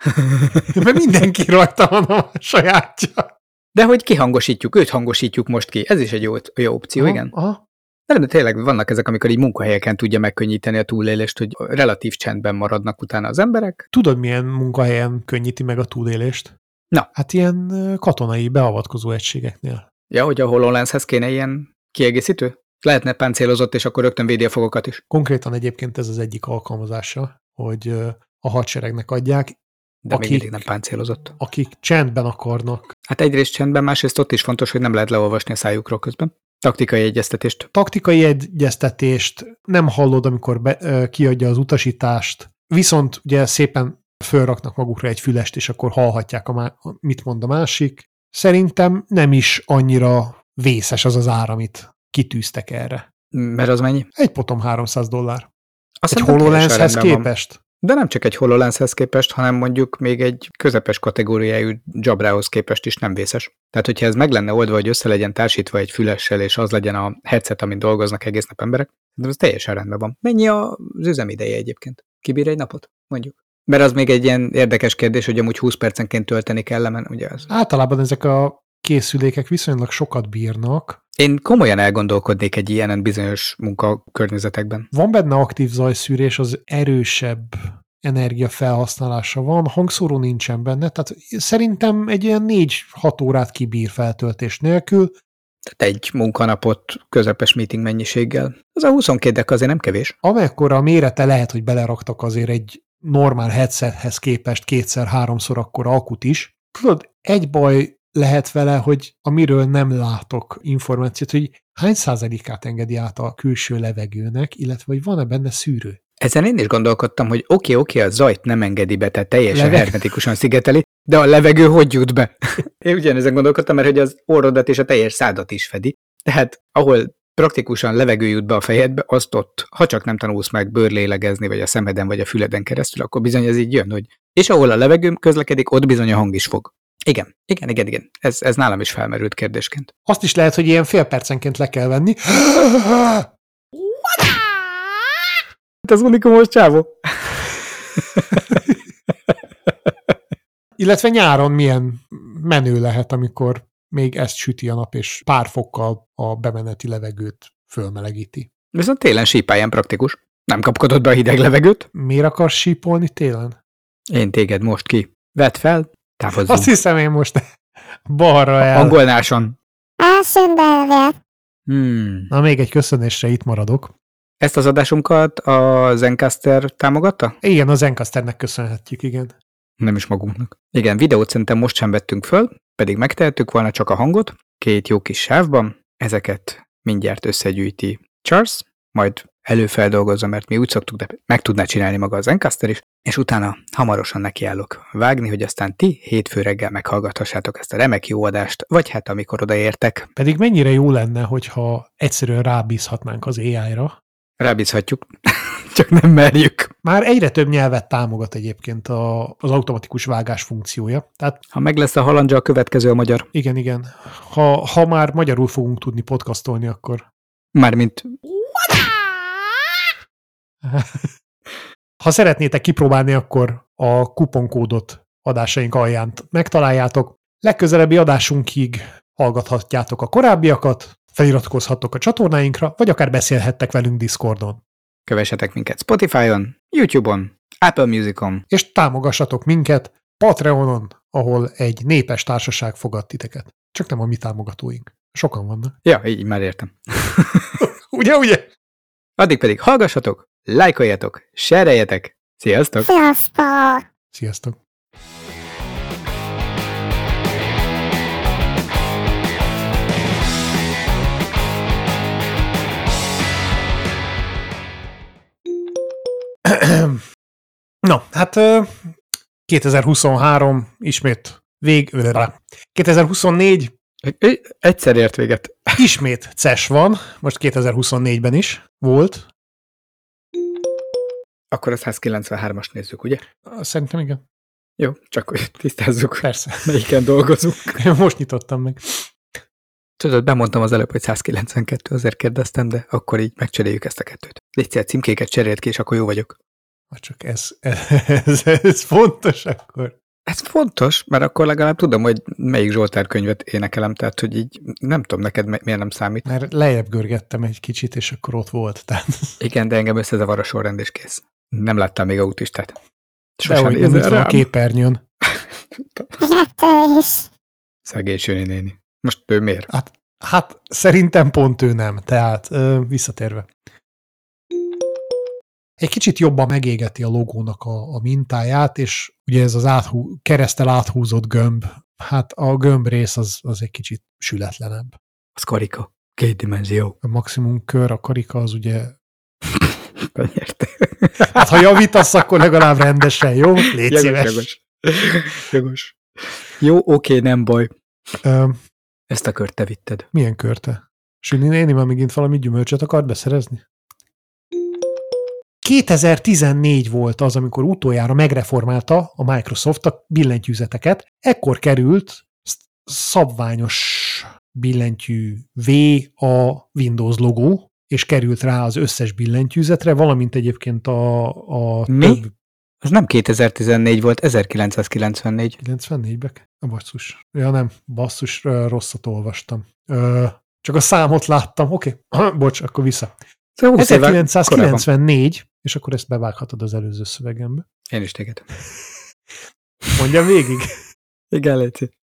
Mert mindenki rajta van a sajátja. De hogy kihangosítjuk, őt hangosítjuk most ki. Ez is egy jó, jó opció, Aha, igen. aha. De, de tényleg vannak ezek, amikor így munkahelyeken tudja megkönnyíteni a túlélést, hogy relatív csendben maradnak utána az emberek. Tudod, milyen munkahelyen könnyíti meg a túlélést? Na. Hát ilyen ö, katonai beavatkozó egységeknél. Ja, hogy a HoloLenshez kéne ilyen kiegészítő? Lehetne páncélozott, és akkor rögtön védi a fogokat is. Konkrétan egyébként ez az egyik alkalmazása, hogy ö, a hadseregnek adják, De Akik- még mindig nem páncélozott. akik csendben akarnak Hát egyrészt csendben, másrészt ott is fontos, hogy nem lehet leolvasni a szájukról közben. Taktikai egyeztetést. taktikai egyeztetést, nem hallod, amikor be, ö, kiadja az utasítást, viszont ugye szépen fölraknak magukra egy fülest, és akkor hallhatják, a má- mit mond a másik. Szerintem nem is annyira vészes az az ár, amit kitűztek erre. Mert az mennyi? Egy potom háromszáz dollár. Azt Egy szerintem teljesen HoloLenshez rendben van. képest. De nem csak egy HoloLenshez képest, hanem mondjuk még egy közepes kategóriájú Jabrához képest is nem vészes. Tehát, hogyha ez meg lenne oldva, hogy össze legyen társítva egy fülessel, és az legyen a headset, amin dolgoznak egész nap emberek, de ez teljesen rendben van. Mennyi az üzemideje egyébként? Kibír egy napot? Mondjuk. Mert az még egy ilyen érdekes kérdés, hogy amúgy húsz percenként tölteni kell, mert ugye ez. Általában ezek a készülékek viszonylag sokat bírnak. Én komolyan elgondolkodnék egy ilyenen bizonyos munkakörnyezetekben. Van benne aktív zajszűrés, az erősebb energiafelhasználása van, hangszóró nincsen benne, tehát szerintem egy ilyen négy-hat órát kibír feltöltés nélkül. Tehát egy munkanapot közepes meeting mennyiséggel. Az a huszonkét dek azért nem kevés. Amekkora a mérete lehet, hogy beleraktak azért egy normál headsethez képest kétszer-háromszor akkora akut is. Tudod, egy baj lehet vele, hogy amiről nem látok információt, hogy hány százalékát engedi át a külső levegőnek, illetve hogy van-e benne szűrő. Ezen én is gondolkodtam, hogy oké, oké, a zajt nem engedi be, tehát teljesen Leveg- hermetikusan szigeteli, de a levegő hogy jut be? Én ugyanezen gondolkodtam, mert hogy az orrodat és a teljes szádat is fedi. Tehát ahol praktikusan levegő jut be a fejedbe, azt ott, ha csak nem tanulsz meg bőrlélegezni, vagy a szemeden, vagy a füleden keresztül, akkor bizony ez így jön, hogy és ahol a levegő közlekedik, ott bizony a hang is fog. Igen, igen, igen, igen. Ez, ez nálam is felmerült kérdésként. Azt is lehet, hogy ilyen fél percenként le kell venni. Ez unikumos csávó. Illetve nyáron milyen menő lehet, amikor még ezt süti a nap, és pár fokkal a bemeneti levegőt fölmelegíti. Viszont télen sípáján praktikus. Nem kapkodod be a hideg levegőt? Miért akarsz sípolni télen? Én téged most ki. Vedd fel, távozzunk. Azt hiszem, én most balra el. Angolnáson. Elsőndelve. Hmm. Na, még egy köszönésre itt maradok. Ezt az adásunkat a Zencastr támogatta? Igen, a Zencasternek köszönhetjük, igen. Nem is magunknak. Igen, videót szerintem most sem vettünk föl, pedig megtehettük volna csak a hangot, két jó kis sávban, ezeket mindjárt összegyűjti Charles, majd előfeldolgozza, mert mi úgy szoktuk, de meg tudná csinálni maga a Zencastr is, és utána hamarosan nekiállok vágni, hogy aztán ti hétfő reggel meghallgathassátok ezt a remek jó adást, vagy hát amikor odaértek. Pedig mennyire jó lenne, hogyha egyszerűen rábízhatnánk az á í-ra. Rábízhatjuk, csak nem merjük. Már egyre több nyelvet támogat egyébként a, az automatikus vágás funkciója. Tehát Ha meg lesz a halandzsa, a következő a magyar. igen, igen. Ha, ha már magyarul fogunk tudni podcastolni, akkor Mármint ha szeretnétek kipróbálni, akkor a kuponkódot adásaink alján megtaláljátok. Legközelebbi adásunkig hallgathatjátok a korábbiakat, feliratkozhattok a csatornáinkra, vagy akár beszélhettek velünk Discordon. kövessetek minket Spotify-on, YouTube-on, Apple Music-on. És támogassatok minket Patreonon, ahol egy népes társaság fogad titeket. Csak nem a mi támogatóink. Sokan vannak. Ja, így már értem. Ugye, ugye? Addig pedig hallgassatok, lájkoljatok, sereljetek. Sziasztok! Sziasztok! Sziasztok! No, hát ö, kétezer-huszonhárom ismét vég... kétezer-huszonnégy Ö, Egyszer ért véget. ismét cé e es van, most kétezer-huszonnégyben is volt. Akkor a százkilencvenhármast nézzük, ugye? Szerintem igen. Jó, csak hogy tisztázzuk, Persze. melyiken dolgozunk. Most nyitottam meg. Tudod, bemondtam az előbb, hogy száz kilencvenkettő, azért kérdeztem, de akkor így megcseréljük ezt a kettőt. Légy szíves, címkéket cserélt ki, és akkor jó vagyok. Ha csak ez, ez, ez fontos akkor. Ez fontos, mert akkor legalább tudom, hogy melyik Zsoltár könyvet énekelem, tehát hogy így nem tudom neked miért nem számít. Mert lejjebb görgettem egy kicsit, és akkor ott volt. Tehát... Igen, de engem összezavar a sorrend, és kész. Nem láttam még autistát. Dehogy nem itt van a képernyőn. Kettő is. Szegény Söni néni. Most ő miért? Hát, hát szerintem pont ő nem, tehát ö, visszatérve. Egy kicsit jobban megégeti a logónak a, a mintáját, és ugye ez az áthú, keresztel áthúzott gömb, hát a gömb rész az, az egy kicsit sületlenebb. Az karika. Két dimenzió. A maximum kör, a karika az ugye... Érte. Hát ha javítasz, akkor legalább rendesen, jó? Légy jogos, szíves. Jogos. Jogos. Jó, oké, nem baj. Ö, Ezt a kört te vitted. milyen körte? Süni néni már megint valami gyümölcsöt akart beszerezni? kétezer-tizennégy volt az, amikor utoljára megreformálta a Microsoft a billentyűzeteket. Ekkor került szabványos billentyű V a Windows logó, és került rá az összes billentyűzetre, valamint egyébként a, a Mi? több... Az nem kétezer-tizennégy volt, ezerkilencszázkilencvennégy. kilencvennégybe? A basszus. Ja nem, basszus, rosszat olvastam. Ö, csak a számot láttam. Oké, okay. Bocs, akkor vissza. Szóval ezerkilencszázkilencvennégy, és akkor ezt bevághatod az előző szövegembe. Én is téged. Mondjam végig. Igen, Léci.